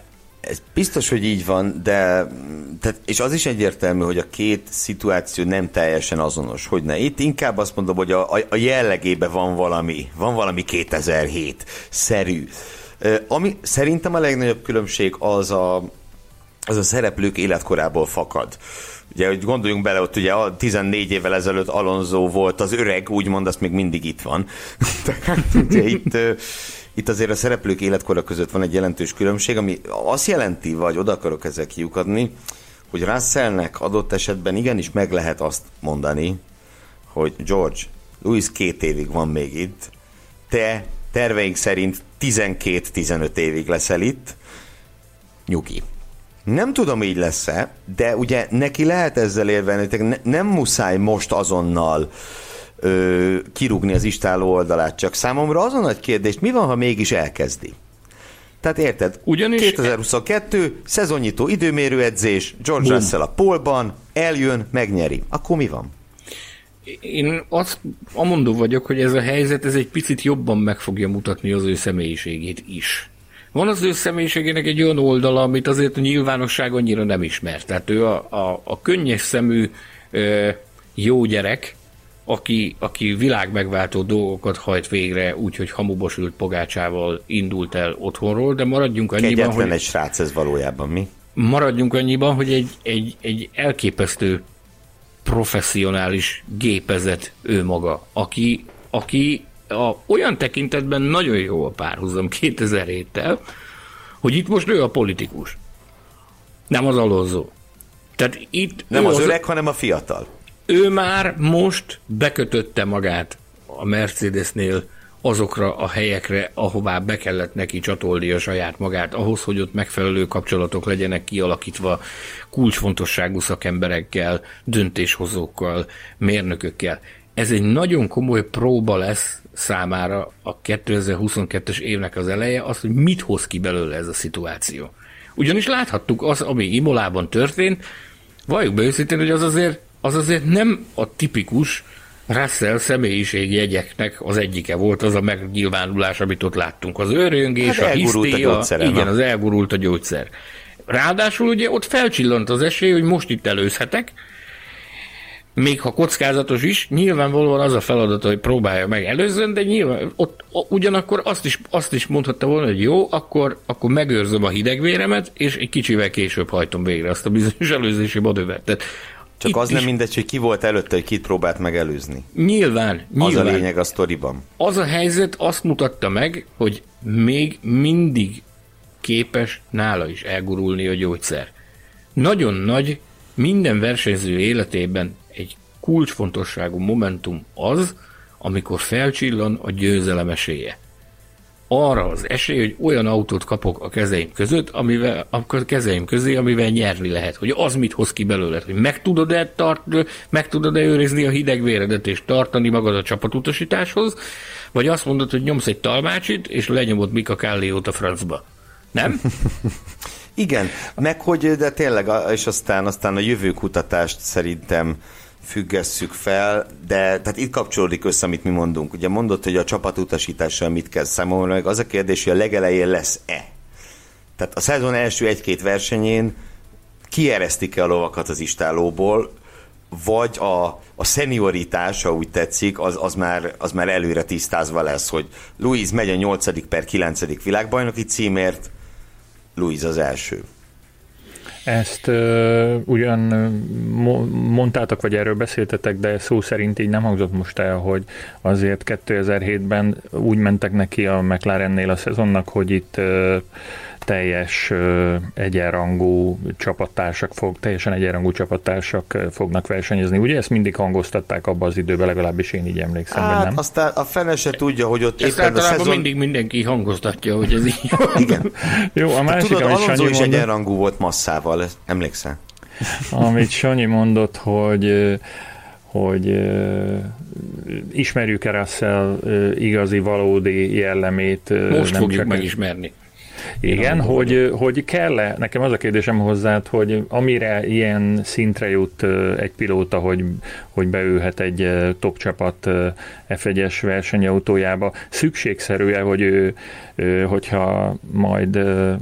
Ez biztos, hogy így van, de tehát, és az is egyértelmű, hogy a két szituáció nem teljesen azonos. Hogy ne? Itt inkább azt mondom, hogy a, a jellegében van valami, van valami kétezer-hét-szerű. Ami szerintem a legnagyobb különbség az a, az a szereplők életkorából fakad. Ugye, hogy gondoljunk bele, ott ugye tizennégy évvel ezelőtt Alonso volt az öreg, úgymond, azt még mindig itt van. Tehát ugye itt, itt azért a szereplők életkora között van egy jelentős különbség, ami azt jelenti, vagy oda akarok ezzel kiukadni, hogy Russellnek adott esetben igenis meg lehet azt mondani, hogy George, Lewis két évig van még itt, te terveink szerint tizenkét-tizenöt évig leszel itt, nyugi. Nem tudom, így lesz-e, de ugye neki lehet ezzel érvelni, ne, nem muszáj most azonnal ö, kirúgni az istáló oldalát, csak számomra az a nagy kérdés, mi van, ha mégis elkezdi? Tehát érted? Ugyanis kétezer-huszonkettő, szezonnyitó időmérőedzés, George Boom. Russell a pole-ban, eljön, megnyeri. Akkor mi van? Én azt amondó vagyok, hogy ez a helyzet ez egy picit jobban meg fogja mutatni az ő személyiségét is. Van az ő személyiségének egy olyan oldala, amit azért a nyilvánosság annyira nem ismer. Tehát ő a, a, a könnyes szemű ö, jó gyerek, aki, aki világmegváltó dolgokat hajt végre, úgyhogy hamuba sült pogácsával indult el otthonról, de maradjunk annyiban, Kegyetlen hogy... egy srác ez valójában, mi? Maradjunk annyiban, hogy egy, egy, egy elképesztő professzionális gépezet ő maga, aki, aki a, olyan tekintetben nagyon jó a párhuzam kétezer-héttel, hogy itt most ő a politikus. Nem az Alonso. Tehát itt nem az, az öreg, hanem a fiatal. Ő már most bekötötte magát a Mercedesnél azokra a helyekre, ahová be kellett neki csatolni a saját magát, ahhoz, hogy ott megfelelő kapcsolatok legyenek kialakítva kulcsfontosságú szakemberekkel, döntéshozókkal, mérnökökkel. Ez egy nagyon komoly próba lesz számára a kétezer-huszonkettes évnek az eleje, az, hogy mit hoz ki belőle ez a szituáció. Ugyanis láthattuk azt, ami Imolában történt, valljuk be őszintén, hogy az azért, az azért nem a tipikus Russell személyiségjegyeknek az egyike volt az a megnyilvánulás, amit ott láttunk. Az őrjöngés, hát a hisztéria, a igen, az elgurult a gyógyszer. Ráadásul ugye ott felcsillant az esély, hogy most itt előzhetek, még ha kockázatos is, nyilvánvalóan az a feladat, hogy próbálja meg előzzön, de nyilván ott ugyanakkor azt is, azt is mondhatta volna, hogy jó, akkor, akkor megőrzöm a hidegvéremet, és egy kicsivel később hajtom végre azt a bizonyos előzési manővert. Tehát csak az nem mindegy, hogy ki volt előtte, hogy kit próbált megelőzni. Nyilván, nyilván. Az a lényeg a sztoriban. Az a helyzet azt mutatta meg, hogy még mindig képes nála is elgurulni a gyógyszer. Nagyon nagy, minden versenyző életében egy kulcsfontosságú momentum az, amikor felcsillan a győzelem esélye. Arra az esély, hogy olyan autót kapok a kezeim között, amivel, a kezeim közé, amivel nyerni lehet. Hogy az mit hoz ki belőled, hogy meg tudod-e, tart, meg tudod-e őrizni a hidegvéredet és tartani magad a csapatutasításhoz, vagy azt mondod, hogy nyomsz egy talmácsit, és lenyomod Mika Kálliót a francba. Nem? Igen, meg hogy, de tényleg, és aztán, aztán a jövőkutatást szerintem függesszük fel, de tehát itt kapcsolódik össze, amit mi mondunk. Ugye mondod, hogy a csapatutasítással mit kezd számolni, meg az a kérdés, hogy a legelején lesz-e. Tehát a szezon első egy-két versenyén kieresztik-e a lovakat az istálóból, vagy a, a szenioritás, ha úgy tetszik, az, az, már, az már előre tisztázva lesz, hogy Lewis megy a nyolcadik per kilencedik világbajnoki címért, Lewis az első. Ezt uh, ugyan mondtátok, vagy erről beszéltetek, de szó szerint így nem hangzott most el, hogy azért kétezer-hétben úgy mentek neki a McLarennél a szezonnak, hogy itt uh, teljes uh, egyenrangú csapattársak fog, teljesen egyenrangú csapattársak fognak versenyezni. Ugye ezt mindig hangoztatták abban az időben, legalábbis én így emlékszem, hát, vagy nem? Aztán a fene se tudja, hogy ott ezt éppen a szezon... mindig mindenki hangoztatja, hogy ez így van. Igen. Jó, a másik, tudod, Alonso is mondott, egyenrangú volt Masszával, emlékszel? Amit Sanyi mondott, hogy hogy uh, ismerjük-e Russell uh, igazi, valódi jellemét. Uh, Most nem fogjuk csak megismerni. Igen, hogy, hogy kell-e, nekem az a kérdésem hozzád, hogy amire ilyen szintre jut egy pilóta, hogy, hogy beülhet egy top csapat ef egyes versenyautójába, szükségszerű-e, hogy ő, hogyha majd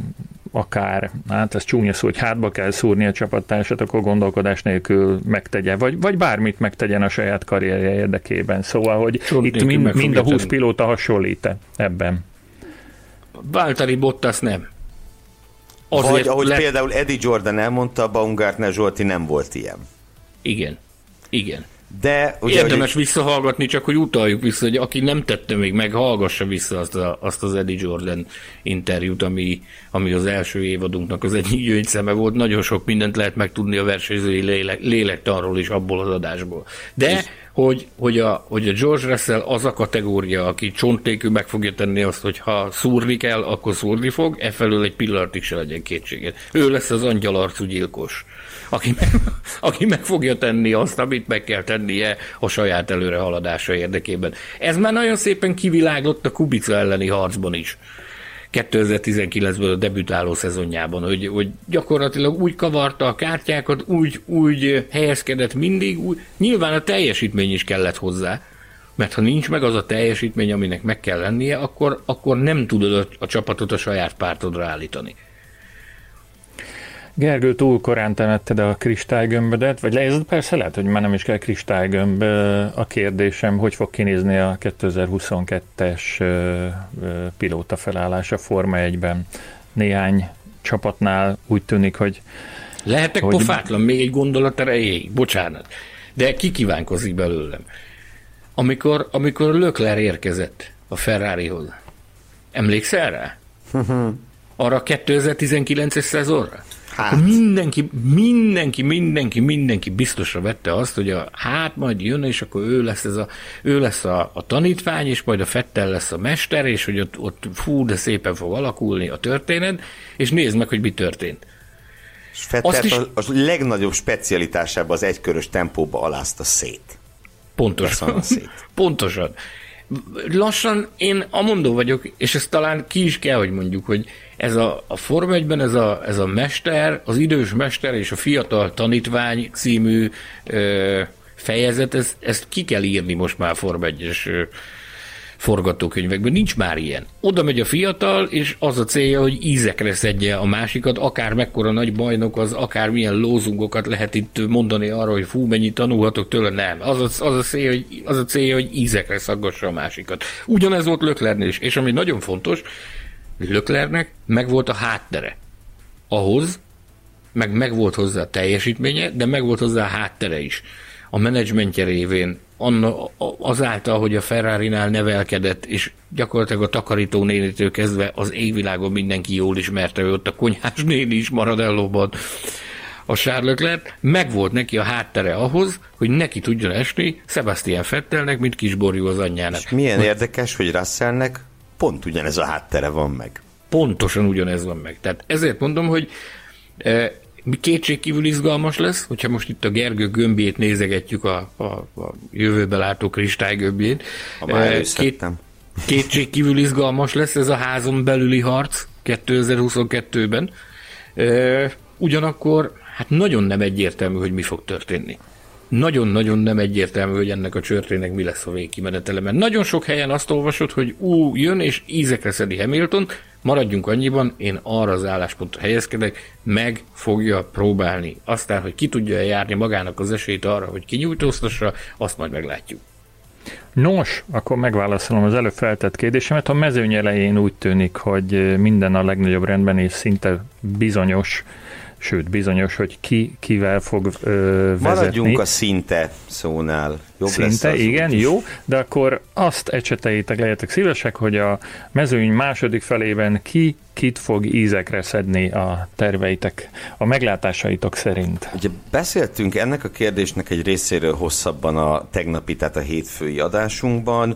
akár, hát ez csúnya szó, hogy hátba kell szúrni a csapattársat, akkor gondolkodás nélkül megtegye, vagy, vagy bármit megtegyen a saját karrierje érdekében. Szóval, hogy Csont itt mind, mind a húsz pilóta hasonlít ebben. Valtteri Bottas nem. Azért vagy ahogy le... például Eddie Jordan elmondta, Baumgartner Zsolti nem volt ilyen. Igen, igen. De, ugye, érdemes hogy... visszahallgatni, csak hogy utaljuk vissza, hogy aki nem tette még meg, hallgassa vissza azt, a, azt az Eddie Jordan interjút, ami, ami az első évadunknak az egyik gyöngyszeme volt. Nagyon sok mindent lehet megtudni a versenyzői lélek, lélektanról is abból az adásból. De, hogy, hogy, a, hogy a George Russell az a kategória, aki csontnékül meg fogja tenni azt, hogy ha szúrni kell, akkor szúrni fog, e felől egy pillanatig se legyen kétséget. Ő lesz az angyalarcú gyilkos, aki meg, aki meg fogja tenni azt, amit meg kell tennie a saját előrehaladása érdekében. Ez már nagyon szépen kiviláglott a Kubica elleni harcban is. kétezer-tizenkilencben a debütáló szezonjában, hogy, hogy gyakorlatilag úgy kavarta a kártyákat, úgy, úgy helyezkedett mindig, úgy, nyilván a teljesítmény is kellett hozzá, mert ha nincs meg az a teljesítmény, aminek meg kell lennie, akkor, akkor nem tudod a, a csapatot a saját pártodra állítani. Gergő, túl korán temetted a kristálygömbödet, vagy ez persze lehet, hogy már nem is kell kristálygömb. A kérdésem, hogy fog kinézni a kétezer-huszonkettes pilóta felállás a Forma egyben? Néhány csapatnál úgy tűnik, hogy... Lehetek hogy... pofátlan, még egy gondolat erejéig, bocsánat, de ki kívánkozik belőlem. Amikor, amikor Leclerc érkezett a Ferrarihoz, emlékszel rá? Arra a kétezer-tizenkilences szezonra? Hát. Mindenki, mindenki, mindenki, mindenki biztosra vette azt, hogy a, hát majd jön, és akkor ő lesz, ez a, ő lesz a, a tanítvány, és majd a Vettel lesz a mester, és hogy ott, ott fú, de szépen fog alakulni a történet, és nézd meg, hogy mi történt. És Vettelt is... a, a legnagyobb specialitásában az egykörös tempóba alázta szét. Pontosan. Szét. Pontosan. Lassan én amondó vagyok, és ezt talán ki is kell, hogy mondjuk, hogy ez a, a Forma egyben ez a, ez a mester, az idős mester és a fiatal tanítvány című ö, fejezet, ez, ezt ki kell írni most már Forma egyes ö, forgatókönyvekben. Nincs már ilyen. Oda megy a fiatal, és az a célja, hogy ízekre szedje a másikat, akár mekkora nagy bajnok az, akár milyen lózungokat lehet itt mondani arra, hogy fú, mennyit tanulhatok tőle, nem. Az a, az a, célja, hogy, az a célja, hogy ízekre szaggassa a másikat. Ugyanez volt Leclercnél is, és ami nagyon fontos, Leclercnek megvolt a háttere ahhoz, meg megvolt hozzá a teljesítménye, de megvolt hozzá a háttere is. A menedzsmentje révén, azáltal, hogy a Ferrarinál nevelkedett, és gyakorlatilag a takarító nénitől kezdve az égvilágon mindenki jól ismerte, hogy ott a konyhás néni is Maranellóban, a Charles Leclerc, megvolt neki a háttere ahhoz, hogy neki tudjon esni Sebastian Vettelnek, mint kisborjú az anyjának. És milyen érdekes, hogy Russellnek pont ugyanez a háttere van meg. Pontosan ugyanez van meg. Tehát ezért mondom, hogy e, kétségkívül izgalmas lesz, hogyha most itt a Gergő gömbjét nézegetjük, a, a, a jövőbe látó kristálygömbjét. E, két, kétségkívül izgalmas lesz ez a házon belüli harc kétezer-huszonkettőben. E, ugyanakkor hát nagyon nem egyértelmű, hogy mi fog történni. Nagyon-nagyon nem egyértelmű, hogy ennek a csörtének mi lesz a végkimenetele, mert nagyon sok helyen azt olvasod, hogy ú, jön és ízekre szedi Hamilton, maradjunk annyiban, én arra az álláspontra helyezkedek, meg fogja próbálni. Aztán, hogy ki tudja járni magának az esélyt arra, hogy kinyújtóztassa, azt majd meglátjuk. Nos, akkor megválaszolom az előbb feltett kérdésemet. A mezőny elején úgy tűnik, hogy minden a legnagyobb rendben, és szinte bizonyos, sőt bizonyos, hogy ki kivel fog ö, vezetni. Maradjunk a szinte szónál. Jobb szinte, igen, úgy. Jó, de akkor azt ecseteljétek, legyetek szívesek, hogy a mezőny második felében ki kit fog ízekre szedni a terveitek, a meglátásaitok szerint. Ugye beszéltünk ennek a kérdésnek egy részéről hosszabban a tegnapi, tehát a hétfői adásunkban.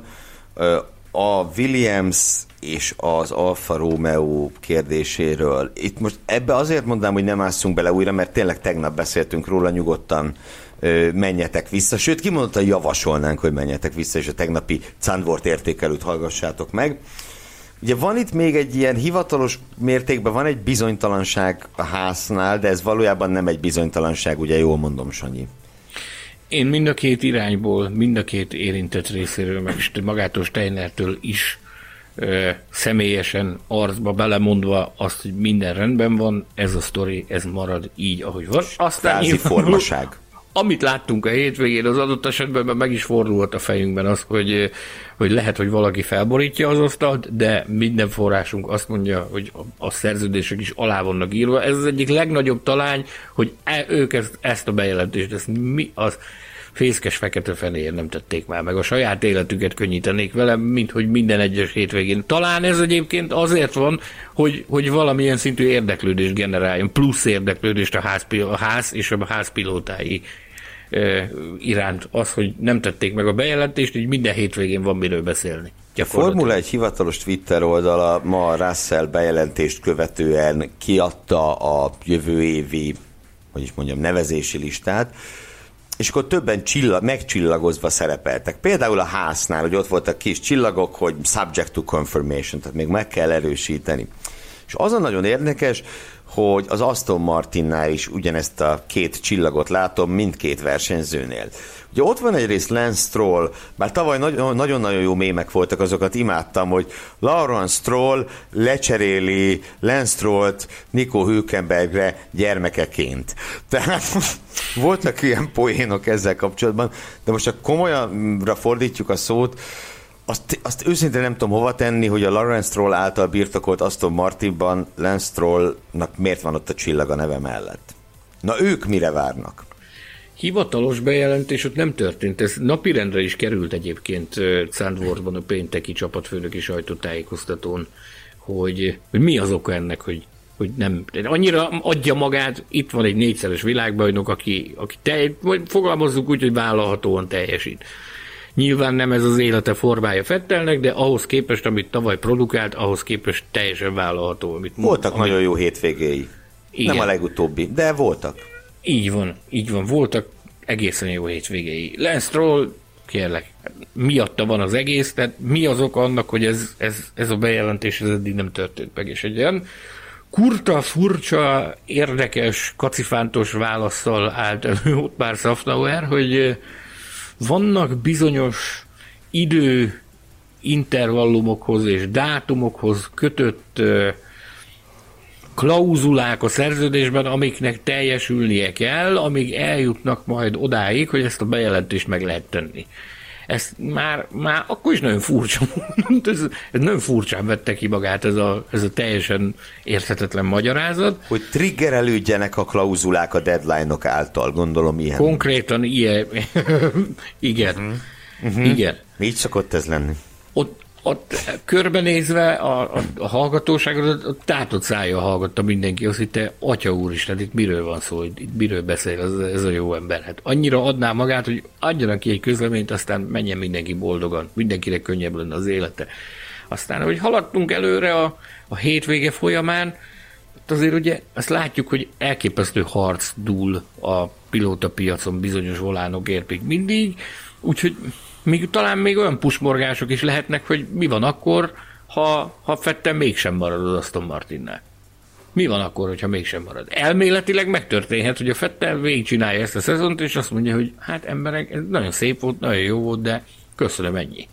A Williams és az Alfa Romeo kérdéséről. Itt most ebbe azért mondanám, hogy nem ásszunk bele újra, mert tényleg tegnap beszéltünk róla, nyugodtan ö, menjetek vissza. Sőt, kimondottan javasolnánk, hogy menjetek vissza, és a tegnapi Zandvoort értékelőt hallgassátok meg. Ugye van itt még egy ilyen hivatalos mértékben, van egy bizonytalanság a háznál, de ez valójában nem egy bizonytalanság, ugye jól mondom, Sanyi? Én mind a két irányból, mind a két érintett részéről, meg magától Steinertől is személyesen arcba belemondva azt, hogy minden rendben van, ez a sztori, ez marad így, ahogy van. Aztán formaság. Amit láttunk a hétvégén, az adott esetben meg is fordult a fejünkben az, hogy, hogy lehet, hogy valaki felborítja az asztalt, de minden forrásunk azt mondja, hogy a szerződések is alá vannak írva. Ez az egyik legnagyobb talány, hogy ők ezt, ezt a bejelentést, ezt mi az fészkes fekete fenéért nem tették már meg. A saját életüket könnyítenék vele, mint hogy minden egyes hétvégén. Talán ez egyébként azért van, hogy, hogy valamilyen szintű érdeklődést generáljon, plusz érdeklődést a ház, a ház és a házpilótái e, iránt. Az, hogy nem tették meg a bejelentést, így minden hétvégén van miről beszélni. A Formula egy hivatalos Twitter oldala ma Russell bejelentést követően kiadta a jövő évi, hogy is mondjam, nevezési listát, és akkor többen csillag, megcsillagozva szerepeltek. Például a háznál, hogy ott voltak kis csillagok, hogy subject to confirmation, tehát még meg kell erősíteni. És az a nagyon érdekes, hogy az Aston Martinnál is ugyanezt a két csillagot látom mindkét versenyzőnél. Ugye ott van egyrészt Lance Stroll, bár tavaly nagyon-nagyon jó mémek voltak, azokat imádtam, hogy Lawrence Stroll lecseréli Lance Strollt Nico Hülkenbergre gyermekeként. Tehát voltak ilyen poénok ezzel kapcsolatban, de most ha komolyanra fordítjuk a szót, Azt, azt őszintén nem tudom hova tenni, hogy a Lawrence Stroll által birtokolt Aston Martinban Lance Strollnak miért van ott a csillag a neve mellett. Na ők mire várnak? Hivatalos bejelentés ott nem történt. Ez napirendre is került egyébként Zandvoortban a pénteki csapatfőnöki sajtótájékoztatón, hogy, hogy mi az oka ennek, hogy, hogy nem. Annyira adja magát, itt van egy négyszeres világbajnok, aki, aki telj, fogalmazzuk úgy, hogy vállalhatóan teljesít. Nyilván nem ez az élete formája Vettelnek, de ahhoz képest, amit tavaly produkált, ahhoz képest teljesen vállalható. Amit voltak amit... nagyon jó hétvégéi. Igen. Nem a legutóbbi, de voltak. Így van, így van, voltak egészen jó hétvégéi. Lance Stroll, kérlek, miatta van az egész, tehát mi az oka annak, hogy ez, ez, ez a bejelentés ez eddig nem történt meg, és egy olyan kurta, furcsa, érdekes, kacifántos válasszal állt elő Ottmar Szafnauer, hogy vannak bizonyos idő intervallumokhoz és dátumokhoz kötött uh, klauzulák a szerződésben, amiknek teljesülnie kell, amíg eljutnak majd odáig, hogy ezt a bejelentést meg lehet tenni. Ez már, már akkor is nagyon furcsa. ez, ez nagyon furcsán vette ki magát ez a, ez a teljesen érthetetlen magyarázat. Hogy triggerelődjenek a klauzulák a deadline-ok által, gondolom ilyen. Konkrétan ilyen. Igen. Uh-huh. Uh-huh. Igen. Így szokott ez lenni. Ott, ott körbenézve a, a, a hallgatóságot, a tátott szája hallgatta mindenki, azt hitte, atya úristen, itt miről van szó, itt miről beszél ez, ez a jó ember. Hát annyira adná magát, hogy adjanak ki egy közleményt, aztán menjen mindenki boldogan, mindenkinek könnyebb lenne az élete. Aztán, hogy haladtunk előre a, a hétvége folyamán, azért ugye azt látjuk, hogy elképesztő harc dúl a pilótapiacon bizonyos volánokért még mindig, úgyhogy még, talán még olyan pusmorgások is lehetnek, hogy mi van akkor, ha, ha Vettel mégsem marad az Aston Martinnál. Mi van akkor, hogyha mégsem marad? Elméletileg megtörténhet, hogy a Vettel végigcsinálja ezt a szezont, és azt mondja, hogy hát emberek, ez nagyon szép volt, nagyon jó volt, de köszönöm, ennyi.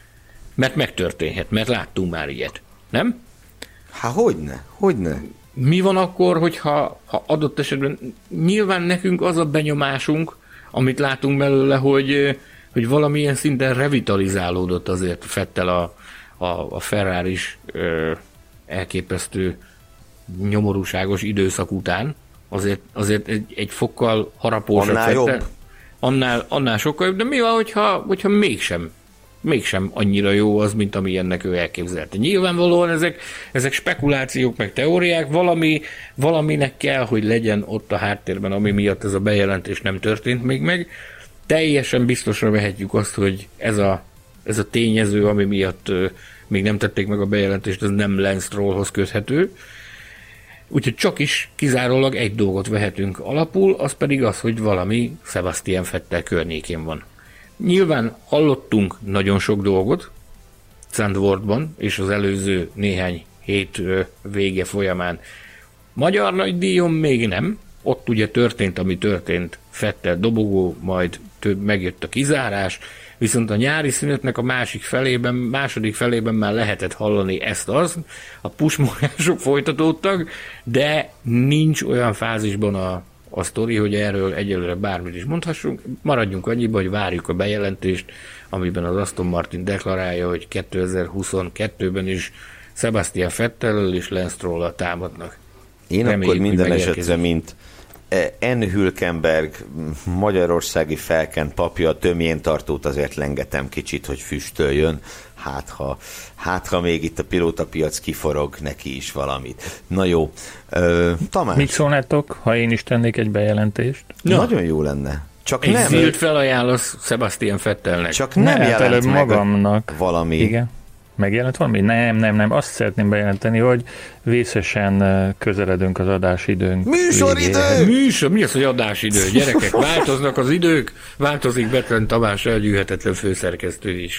Mert megtörténhet, mert láttunk már ilyet. Nem? Há, hogyne, hogyne. Mi van akkor, hogyha ha adott esetben nyilván nekünk az a benyomásunk, amit látunk belőle, hogy hogy valamilyen szinten revitalizálódott azért Vettel a, a, a Ferraris ö, elképesztő nyomorúságos időszak után. Azért, azért egy, egy fokkal harapósabb annál Vettel. Jobb. Annál, annál sokkal jobb, de mi van, hogyha, hogyha mégsem, mégsem annyira jó az, mint amilyennek ő elképzelte. Nyilvánvalóan ezek, ezek spekulációk, meg teóriák, valami, valaminek kell, hogy legyen ott a háttérben, ami miatt ez a bejelentés nem történt még meg. Teljesen biztosra vehetjük azt, hogy ez a, ez a tényező, ami miatt uh, még nem tették meg a bejelentést, ez nem Lance Strollhoz köthető. Úgyhogy csak is kizárólag egy dolgot vehetünk alapul, az pedig az, hogy valami Sebastian Vettel környékén van. Nyilván hallottunk nagyon sok dolgot Zandvoortban, és az előző néhány hét uh, vége folyamán. Magyar nagydíjon még nem. Ott ugye történt, ami történt, Vettel dobogó, majd több megjött a kizárás, viszont a nyári szünetnek a másik felében, második felében már lehetett hallani ezt-azt, a pusmorgások folytatódtak, de nincs olyan fázisban a, a sztori, hogy erről egyelőre bármit is mondhassunk. Maradjunk annyiba, hogy várjuk a bejelentést, amiben az Aston Martin deklarálja, hogy kétezer-huszonkettőben is Sebastian Vettellel és Lance Stroll-al támadnak. Én Reméljük, akkor minden esetre, mint N. Hülkenberg magyarországi felkent papja, a tömjén tartót azért lengetem kicsit, hogy füstöljön. Hát ha, hát, ha még itt a pilótapiac kiforog neki is valamit. Na jó. Ö, Tamás. Mit szólnátok, ha én is tennék egy bejelentést? Ja. Nagyon jó lenne. Csak egy nem. Zilt felajánlasz Sebastian Vettelnek. Csak nem ne, jelent meg magamnak. valami. Igen. Megjelent valami? Nem, nem, nem. Azt szeretném bejelenteni, hogy vészesen közeledünk az adásidőnk. Műsoridő! Műsor? Mi az, hogy adásidő? Gyerekek, változnak az idők, változik Betlen Tamás elgyűhetetlen főszerkesztő is.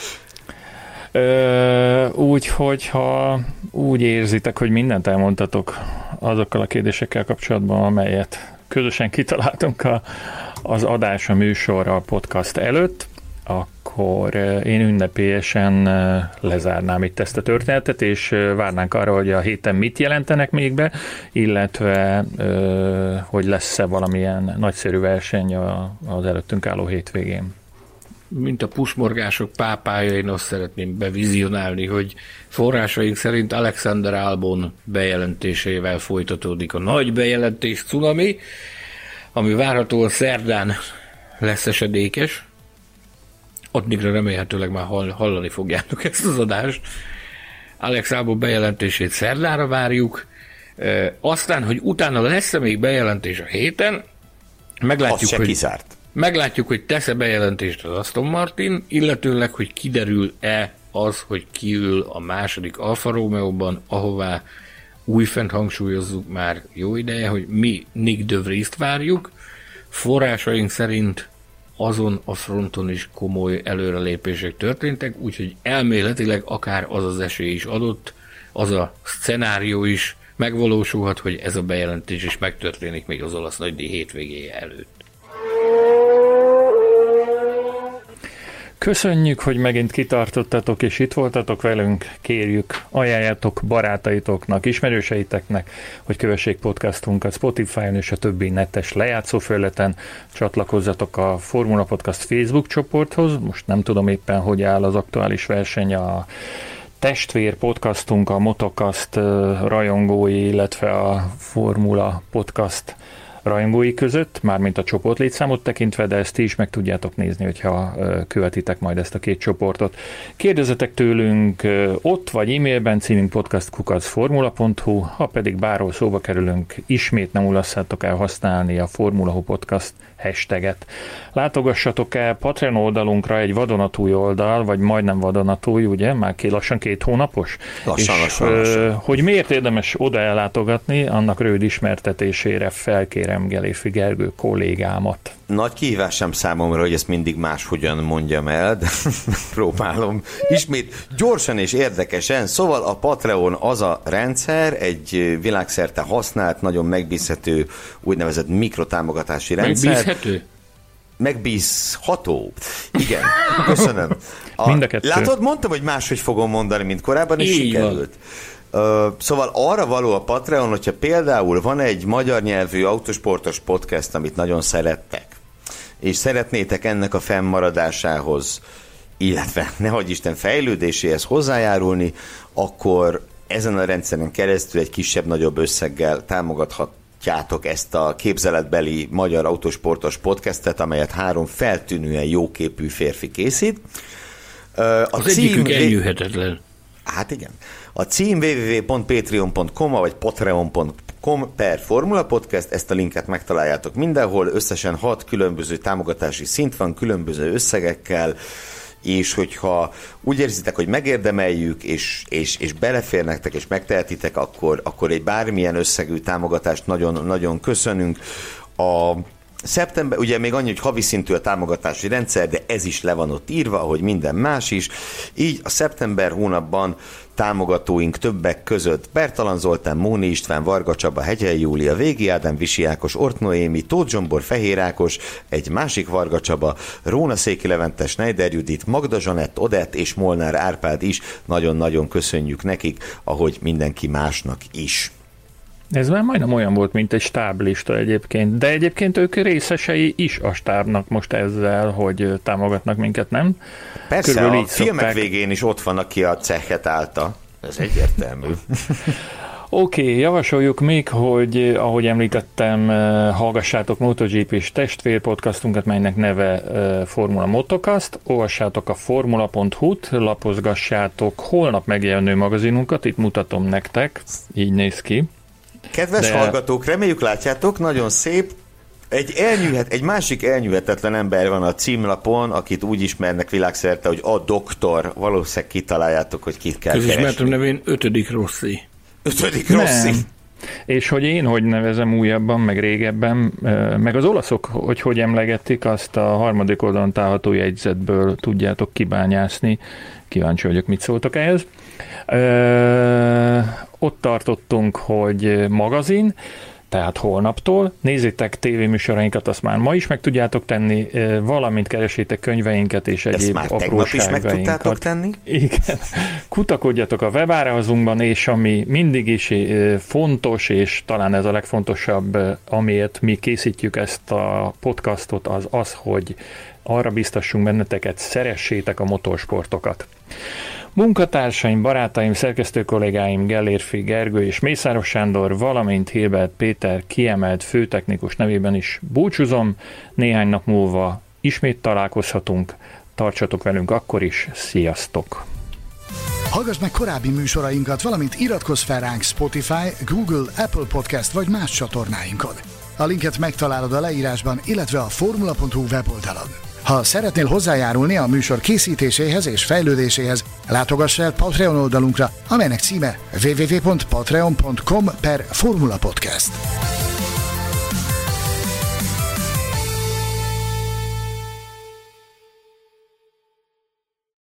Ö, úgy, hogyha úgy érzitek, hogy mindent elmondtatok azokkal a kérdésekkel kapcsolatban, amelyet közösen kitaláltunk a, az adás, a műsor, a podcast előtt, akkor én ünnepélyesen lezárnám itt ezt a történetet, és várnánk arra, hogy a héten mit jelentenek még be, illetve hogy lesz-e valamilyen nagyszerű verseny az előttünk álló hétvégén. Mint a pusmorgások pápája, én azt szeretném bevizionálni, hogy forrásaink szerint Alexander Albon bejelentésével folytatódik a nagy bejelentés cunami, ami várhatóan szerdán lesz esedékes. Addigra remélhetőleg már hallani fogjátok ezt az adást. Alex Albon bejelentését szerdára várjuk. E, aztán, hogy utána lesz-e még bejelentés a héten, meglátjuk, hogy, kizárt. meglátjuk, hogy tesz-e bejelentést az Aston Martin, illetőleg, hogy kiderül-e az, hogy kiül a második Alfa Romeo-ban, ahová újfent hangsúlyozzuk már jó ideje, hogy mi Nick de Vries-t várjuk. Forrásaink szerint azon a fronton is komoly előrelépések történtek, úgyhogy elméletileg akár az az esély is adott, az a szcenárió is megvalósulhat, hogy ez a bejelentés is megtörténik még az olasz nagydíj hétvégéje előtt. Köszönjük, hogy megint kitartottatok és itt voltatok velünk. Kérjük, ajánljátok barátaitoknak, ismerőseiteknek, hogy kövessék podcastunkat Spotify-on és a többi netes lejátszófelületen. Csatlakozzatok a Formula Podcast Facebook csoporthoz. Most nem tudom éppen, hogy áll az aktuális verseny a testvér podcastunk, a Motocast rajongói, illetve a Formula Podcast rajongói között, mármint a csoport létszámot tekintve, de ezt ti is meg tudjátok nézni, hogyha követitek majd ezt a két csoportot. Kérdezzetek tőlünk ott vagy e-mailben, címünk podcast kukac formula pont hu, ha pedig bárhol szóba kerülünk, ismét nem ulasszátok el használni a Formula Hu Podcast hashtaget. Látogassatok el Patreon oldalunkra, egy vadonatúj oldal, vagy majdnem vadonatúj, ugye? Már ki lassan két hónapos. Lassan, és, lassan, lassan. Hogy miért érdemes oda ellátogatni, annak rövid ismertetésére felkérem Geléfi Gergő kollégámat. Nagy kihívásom számomra, hogy ezt mindig máshogyan mondjam el, de próbálom ismét gyorsan és érdekesen. Szóval a Patreon az a rendszer, egy világszerte használt, nagyon megbízhető úgynevezett mikrotámogatási rendszer. Megbízhető? Megbízható. Igen, köszönöm. A, Mind a kettő. Látod, mondtam, hogy máshogy fogom mondani, mint korábban, és Így sikerült. Uh, szóval arra való a Patreon, hogyha például van egy magyar nyelvű autosportos podcast, amit nagyon szerettek, és szeretnétek ennek a fennmaradásához, illetve nehogy Isten fejlődéséhez hozzájárulni, akkor ezen a rendszeren keresztül egy kisebb-nagyobb összeggel támogathatjátok ezt a képzeletbeli magyar autosportos podcastet, amelyet három feltűnően jóképű férfi készít. Uh, a Az egyikünk elnyűhetetlen. Hát igen. A cím double-u double-u double-u pont patreon pont com vagy patreon pont com per Formula Podcast, ezt a linket megtaláljátok mindenhol, összesen hat különböző támogatási szint van, különböző összegekkel, és hogyha úgy érzitek, hogy megérdemeljük, és, és, és belefér nektek, és megtehetitek, akkor, akkor egy bármilyen összegű támogatást nagyon, nagyon köszönünk. A Szeptember, ugye még annyi, hogy havi szintű a támogatási rendszer, de ez is le van ott írva, ahogy minden más is. Így a szeptember hónapban támogatóink többek között Bertalan Zoltán, Móni István, Varga Csaba, Hegyel Júlia, Végi Ádám, Visi Ákos, Ort Noémi, Tóth Zsombor, Fehér Ákos, egy másik Varga Csaba, Róna Széki Levente, Schneider Judit, Magda Zsanett, Odett és Molnár Árpád is. Nagyon-nagyon köszönjük nekik, ahogy mindenki másnak is. Ez már majdnem olyan volt, mint egy stáblista egyébként, de egyébként ők részesei is a stábnak most ezzel, hogy támogatnak minket, nem? Persze, Körülbelül a filmek szokták... végén is ott van, aki a cechet állta. Ez egyértelmű. Oké, okay, javasoljuk még, hogy ahogy említettem, hallgassátok MotoGP-s testvérpodcastunkat, melynek neve Formula Motocast, olvassátok a formula pont hu-t, lapozgassátok holnap megjelenő magazinunkat, itt mutatom nektek, így néz ki. Kedves De... hallgatók, reméljük látjátok, nagyon szép. Egy, elnyűhet, egy másik elnyűhetetlen ember van a címlapon, akit úgy ismernek világszerte, hogy a doktor. Valószínűleg kitaláljátok, hogy kit kell keresni. Közismertem nevén ötödik Rossi. Ötödik Rossi. És hogy én hogy nevezem újabban, meg régebben, meg az olaszok, hogy hogy emlegették, azt a harmadik oldalon található jegyzetből tudjátok kibányászni. Kíváncsi vagyok, mit szóltok ehhez. Ö, ott tartottunk, hogy magazin, tehát holnaptól. Nézzétek tévéműsorainkat, azt már ma is meg tudjátok tenni, valamint keresétek könyveinket és egyéb apróságainkat. Ezt már tegnap is meg tudtátok tenni? Igen. Kutakodjatok a webárazunkban, és ami mindig is fontos, és talán ez a legfontosabb, amiért mi készítjük ezt a podcastot, az az, hogy arra biztassunk benneteket, szeressétek a motorsportokat. Munkatársaim, barátaim, szerkesztő kollégáim Gellérfi Gergő és Mészáros Sándor, valamint Hilbert Péter kiemelt főtechnikus nevében is búcsúzom. Néhány nap múlva ismét találkozhatunk. Tartsatok velünk akkor is. Sziasztok! Hallgass meg korábbi műsorainkat, valamint iratkozz fel ránk Spotify, Google, Apple Podcast vagy más csatornáinkon. A linket megtalálod a leírásban, illetve a formula pont hu weboldalon. Ha szeretnél hozzájárulni a műsor készítéséhez és fejlődéséhez, látogass el Patreon oldalunkra, amelynek címe double-u double-u double-u pont patreon pont com per Formula Podcast.